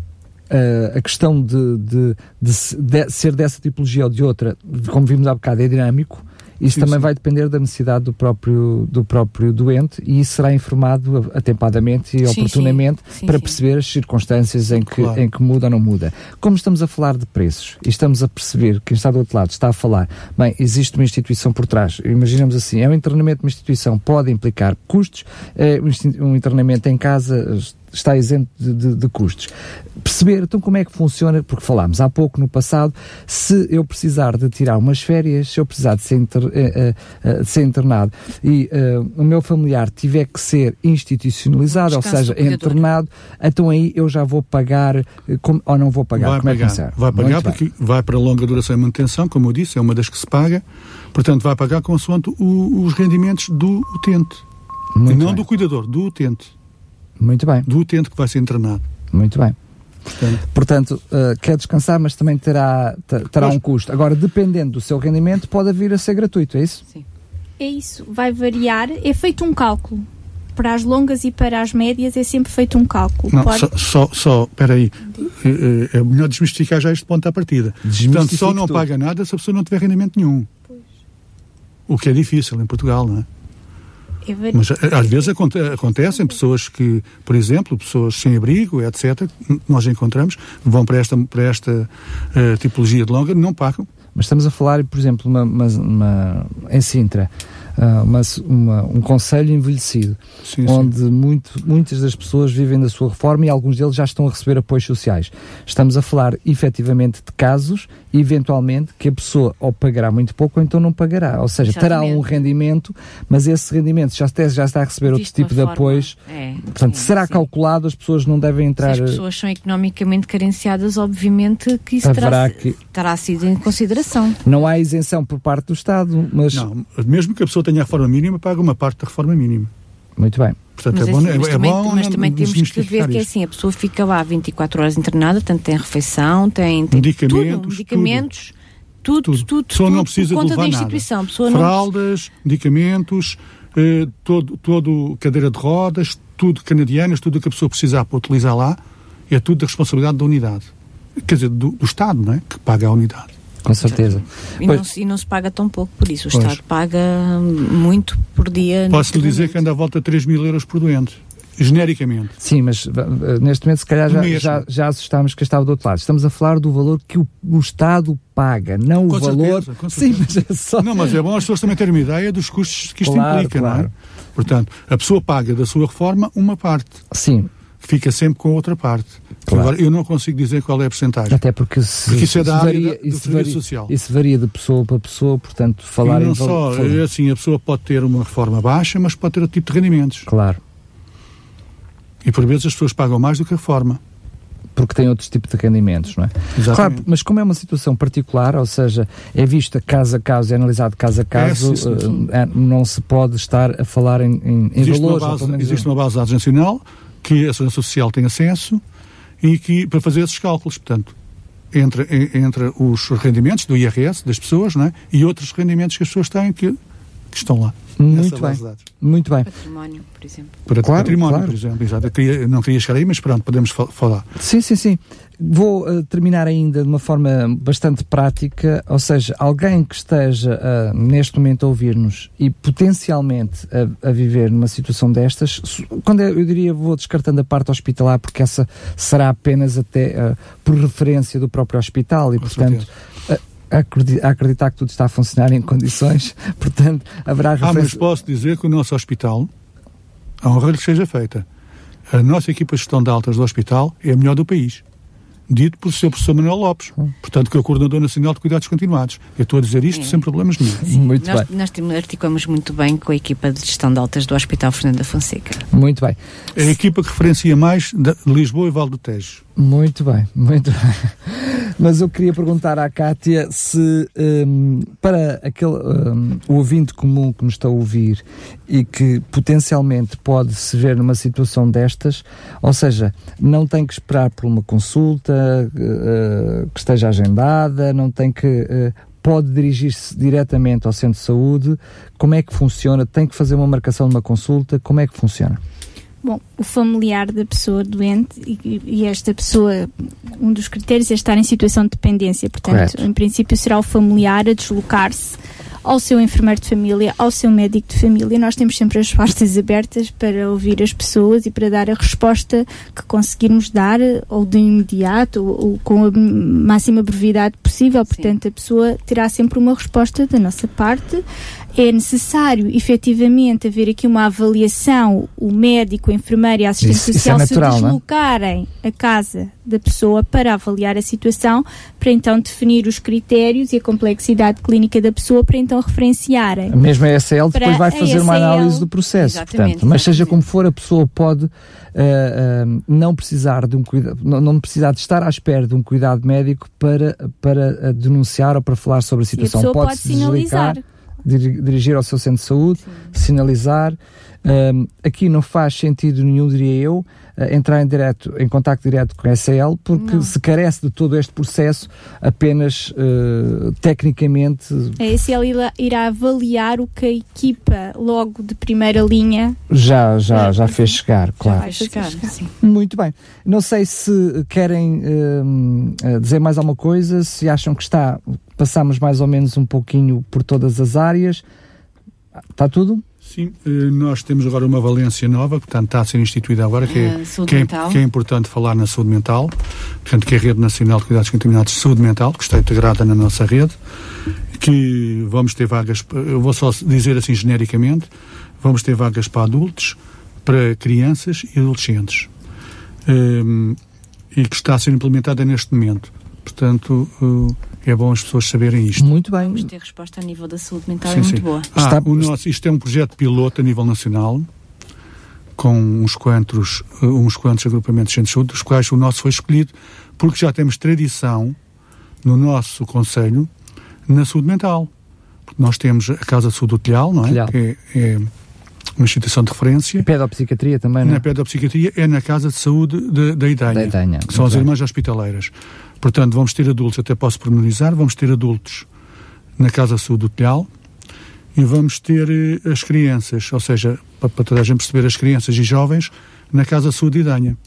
a questão de, de, de, de ser dessa tipologia ou de outra, como vimos há bocado, é dinâmico Isso sim, também sim. vai depender da necessidade do próprio, do próprio doente e isso será informado atempadamente e Sim, oportunamente sim. Sim, para sim. perceber as circunstâncias em que, Claro. em que muda ou não muda. Como estamos a falar de preços e estamos a perceber, quem está do outro lado está a falar, bem, existe uma instituição por trás. Imaginamos assim, é um internamento de uma instituição, pode implicar custos, é, um internamento em casa está isento de, de, de custos. Perceber, então, como é que funciona, porque falámos há pouco, no passado, se eu precisar de tirar umas férias, se eu precisar de ser, inter, uh, uh, de ser internado e uh, o meu familiar tiver que ser institucionalizado, ou seja, internado, então aí eu já vou pagar, uh, com, ou não vou pagar? Vai como pagar, é que vai pagar Muito porque bem. vai para longa duração e manutenção, como eu disse, é uma das que se paga, portanto vai pagar consoante o, os rendimentos do utente, Muito e não bem. do cuidador, do utente. Muito bem, do utente que vai ser internado. muito bem. Portanto, Portanto, uh, quer descansar, mas também terá, ter- terá Pois. um custo. Agora, dependendo do seu rendimento, pode vir a ser gratuito, é isso? Sim. É isso, vai variar, é feito um cálculo. Para as longas e para as médias é sempre feito um cálculo. não, Pode- só, só, só, espera aí, é, é melhor desmistificar já este ponto à partida. Portanto, Desmistifique só não tudo. paga nada se a pessoa não tiver rendimento nenhum. O que é difícil em Portugal, não é? é vari- Mas a- às vezes aconte- acontecem pessoas que, por exemplo, pessoas sem abrigo, etcétera, que nós encontramos, vão para esta, para esta eh, tipologia de longa, não pagam. Mas estamos a falar, por exemplo, uma, uma, uma- em Sintra, ah, uma, uma- um concelho envelhecido, Sim, sim. onde muito, muitas das pessoas vivem da sua reforma e alguns deles já estão a receber apoios sociais. Estamos a falar, efetivamente, de casos, eventualmente, que a pessoa ou pagará muito pouco ou então não pagará. Ou seja, terá Exatamente. um rendimento, mas esse rendimento já está, já está a receber outro Visto de uma tipo de forma- apoios. É, Portanto, sim, será sim. calculado, as pessoas não devem Se entrar... as pessoas são economicamente carenciadas, obviamente que isso Haverá terá, que- terá sido em consideração. Não há isenção por parte do Estado, mas... Não, mesmo que a pessoa tenha a reforma mínima, paga uma parte da reforma mínima. Muito bem. Portanto, Mas, é bom, assim, é, mas é também, bom mas não também temos que desmistificar ver que é isto. assim, a pessoa fica lá vinte e quatro horas internada, tanto tem refeição, tem, tem Medicamentos, tudo, medicamentos, tudo, tudo, Tudo. tudo, A pessoa tudo não precisa por de conta da levar instituição. A nada. pessoa não, Fraldas, medicamentos, eh, todo, todo cadeira de rodas, tudo canadianas, tudo o que a pessoa precisar para utilizar lá, é tudo da responsabilidade da unidade. Quer dizer, do, do Estado, não é? Que paga a unidade. Com certeza. e, Pois. não, se- e não se paga tão pouco por isso. O Pois. Estado paga muito por dia. Posso lhe no dizer que anda à volta de três mil euros por doente, genericamente. Sim, mas uh, neste momento se calhar já, Mesmo. já, já assustámos que estava do outro lado. Estamos a falar do valor que o, o Estado paga, não Com o valor... certeza, com Sim, certeza. mas é só... Não, mas é bom as pessoas também terem uma ideia dos custos que isto Claro, implica, não claro. é? Portanto, a pessoa paga da sua reforma uma parte, Sim, fica sempre com a outra parte. Claro. Agora, eu não consigo dizer qual é a percentagem. até porque, se, Porque isso é da se área varia, da- do isso, serviço varia, social. isso varia de pessoa para pessoa, portanto, falar e não em só, valor... é assim, a pessoa pode ter uma reforma baixa, mas pode ter outro tipo de rendimentos. Claro, E por vezes as pessoas pagam mais do que a reforma. porque tem outros tipos de rendimentos, não é? Exatamente. Claro, mas como é uma situação particular, ou seja, é vista caso a caso, é analisado caso a caso, É, sim, sim, sim. eh, eh, não se pode estar a falar em, em, em Existe, uma valores. ou base, pelo menos existe uma base de dados nacional que a Segurança Social tem acesso e que, para fazer esses cálculos, portanto, entre, en- entre os rendimentos do I R S das pessoas, não é? E outros rendimentos que as pessoas têm que, que estão lá. Muito nessa bem, base de dados. muito bem. Património, por exemplo. Para Claro, património, claro. por exemplo. Exato. Eu queria- eu não queria chegar aí, mas pronto, podemos fa- falar. Sim, sim, sim. Vou uh, terminar ainda de uma forma bastante prática, ou seja, alguém que esteja uh, neste momento a ouvir-nos e potencialmente a, a viver numa situação destas, su- quando eu, eu diria, vou descartando a parte hospitalar, porque essa será apenas até uh, por referência do próprio hospital e, Com portanto, uh, acredi- a acreditar que tudo está a funcionar em condições, portanto, haverá Ah, mas referência... posso dizer que o nosso hospital, a honra lhe seja feita, a nossa equipa de gestão de altas do hospital é a melhor do país. Dito pelo seu professor Manuel Lopes, portanto, que é o Coordenador Nacional de Cuidados Continuados. Eu estou a dizer isto É. sem problemas nenhum. Muito Nós, bem, nós temos- articulamos muito bem com a equipa de gestão de altas do Hospital Fernando da Fonseca. muito bem. É a equipa que referencia mais de Lisboa e Val do Tejo. Muito bem, muito bem. Mas eu queria perguntar à Cátia se, hum, para aquele hum, o ouvinte comum que nos está a ouvir e que potencialmente pode se ver numa situação destas, ou seja, não tem que esperar por uma consulta uh, que esteja agendada, não tem que... Uh, pode dirigir-se diretamente ao centro de saúde. Como é que funciona? Tem que fazer uma marcação de uma consulta? Como é que funciona? Bom, o familiar da pessoa doente e, e esta pessoa, um dos critérios é estar em situação de dependência, portanto, Correto. em princípio será o familiar a deslocar-se ao seu enfermeiro de família, ao seu médico de família. Nós temos sempre as portas abertas para ouvir as pessoas e para dar a resposta que conseguirmos dar, ou de imediato, ou, ou com a máxima brevidade possível. Sim. Portanto, a pessoa terá sempre uma resposta da nossa parte. É necessário, efetivamente, haver aqui uma avaliação, o médico, a enfermeira e a assistente Isso- isso social é natural, se não é? deslocarem à casa da pessoa para avaliar a situação, para então definir os critérios e a complexidade clínica da pessoa, para então referenciarem. Mesmo a S A L depois Para vai a fazer uma S A L. análise do processo, Exatamente, portanto, mas seja exatamente. como for, a pessoa pode uh, uh, não precisar de um cuidado, não, não precisar de estar à espera de um cuidado médico para, para uh, denunciar ou para falar sobre a E a situação. pessoa pode se desligar, sinalizar. dir- dirigir ao seu centro de saúde, sinalizar. Um, aqui não faz sentido nenhum, diria eu, uh, entrar em, direto, em contacto direto com a S A L, porque Não. se carece de todo este processo, apenas uh, tecnicamente A S L irá- irá avaliar o que a equipa, logo de primeira linha, já, já, já fez chegar, claro. Vai chegar, sim. Muito bem. Não sei se querem hum, eh, dizer mais alguma coisa, se acham que está, passamos mais ou menos um pouquinho por todas as áreas. Está tudo? Sim, eh, nós temos agora uma valência nova, portanto está a ser instituída agora, que é, Ah, saúde que é, mental. que é importante falar na saúde mental, portanto que é a Rede Nacional de Cuidados Contaminados de Saúde Mental, que está integrada na nossa rede, que vamos ter vagas, eu vou só dizer assim genericamente, vamos ter vagas para adultos, para crianças e adolescentes, Hum, e que está a ser implementada neste momento. Portanto, uh, é bom as pessoas saberem isto. Muito bem. Vamos ter resposta a nível da saúde mental, Sim, é muito sim. boa. Ah, Está- o nosso, isto é um projeto piloto a nível nacional, com uns quantos, uh, uns quantos agrupamentos de centros de saúde, dos quais o nosso foi escolhido, porque já temos tradição no nosso concelho na saúde mental. Porque nós temos a Casa de Saúde do Telhal, não é? Telhal. Que é, é uma instituição de referência. E pedopsiquiatria também, não Na é? pedopsiquiatria é na Casa de Saúde de- da Idanha, Da Idanha, que são muito as bem. irmãs hospitaleiras. Portanto, vamos ter adultos, até posso pormenorizar, vamos ter adultos na Casa de Saúde do Telhal e vamos ter eh, as crianças, ou seja, para, para toda a gente perceber, as crianças e jovens na Casa de Saúde de Idanha.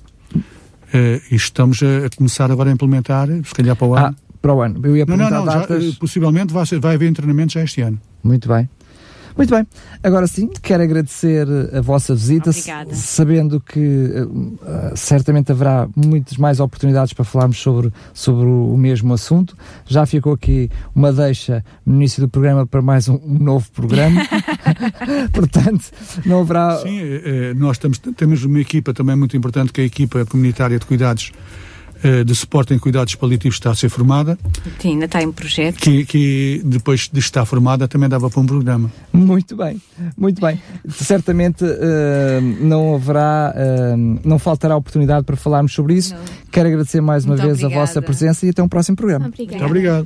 Eh, e estamos a, a começar agora a implementar, se calhar para o ano. Ah, para o ano. Eu ia não, não, perguntar não, já, datas. eh, possivelmente vai, ser- vai haver treinamento já este ano. Muito bem. Muito bem. Agora sim, quero agradecer a vossa visita, Obrigada. s- sabendo que uh, uh, certamente haverá muitas mais oportunidades para falarmos sobre, sobre o mesmo assunto. Já ficou aqui uma deixa no início do programa para mais um, um novo programa. Portanto, não haverá... Sim, eh, eh, nós estamos, temos uma equipa também muito importante, que é a equipa comunitária de cuidados, eh, de suporte em cuidados paliativos, está a ser formada, Sim, ainda está em projeto. que, que depois de estar formada também dava para um programa. Muito bem, muito bem. Certamente uh, não haverá, uh, não faltará oportunidade para falarmos sobre isso. Não. Quero agradecer mais uma Muito vez obrigada. a vossa presença e até um próximo programa. Obrigada. Muito obrigado.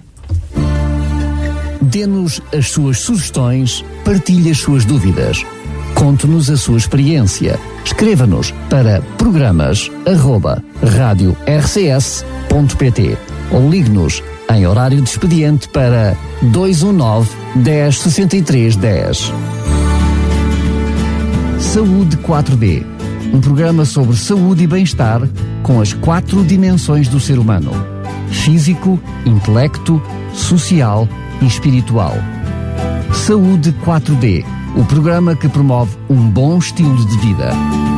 Dê-nos as suas sugestões, partilhe as suas dúvidas. Conte-nos a sua experiência. Escreva-nos para programas arroba rádio r c s ponto p t ou ligue-nos em horário de expediente para dois um nove, dez, sessenta e três, dez. Saúde quatro D. Um programa sobre saúde e bem-estar com as quatro dimensões do ser humano: físico, intelecto, social e espiritual. Saúde quatro D. O programa que promove um bom estilo de vida.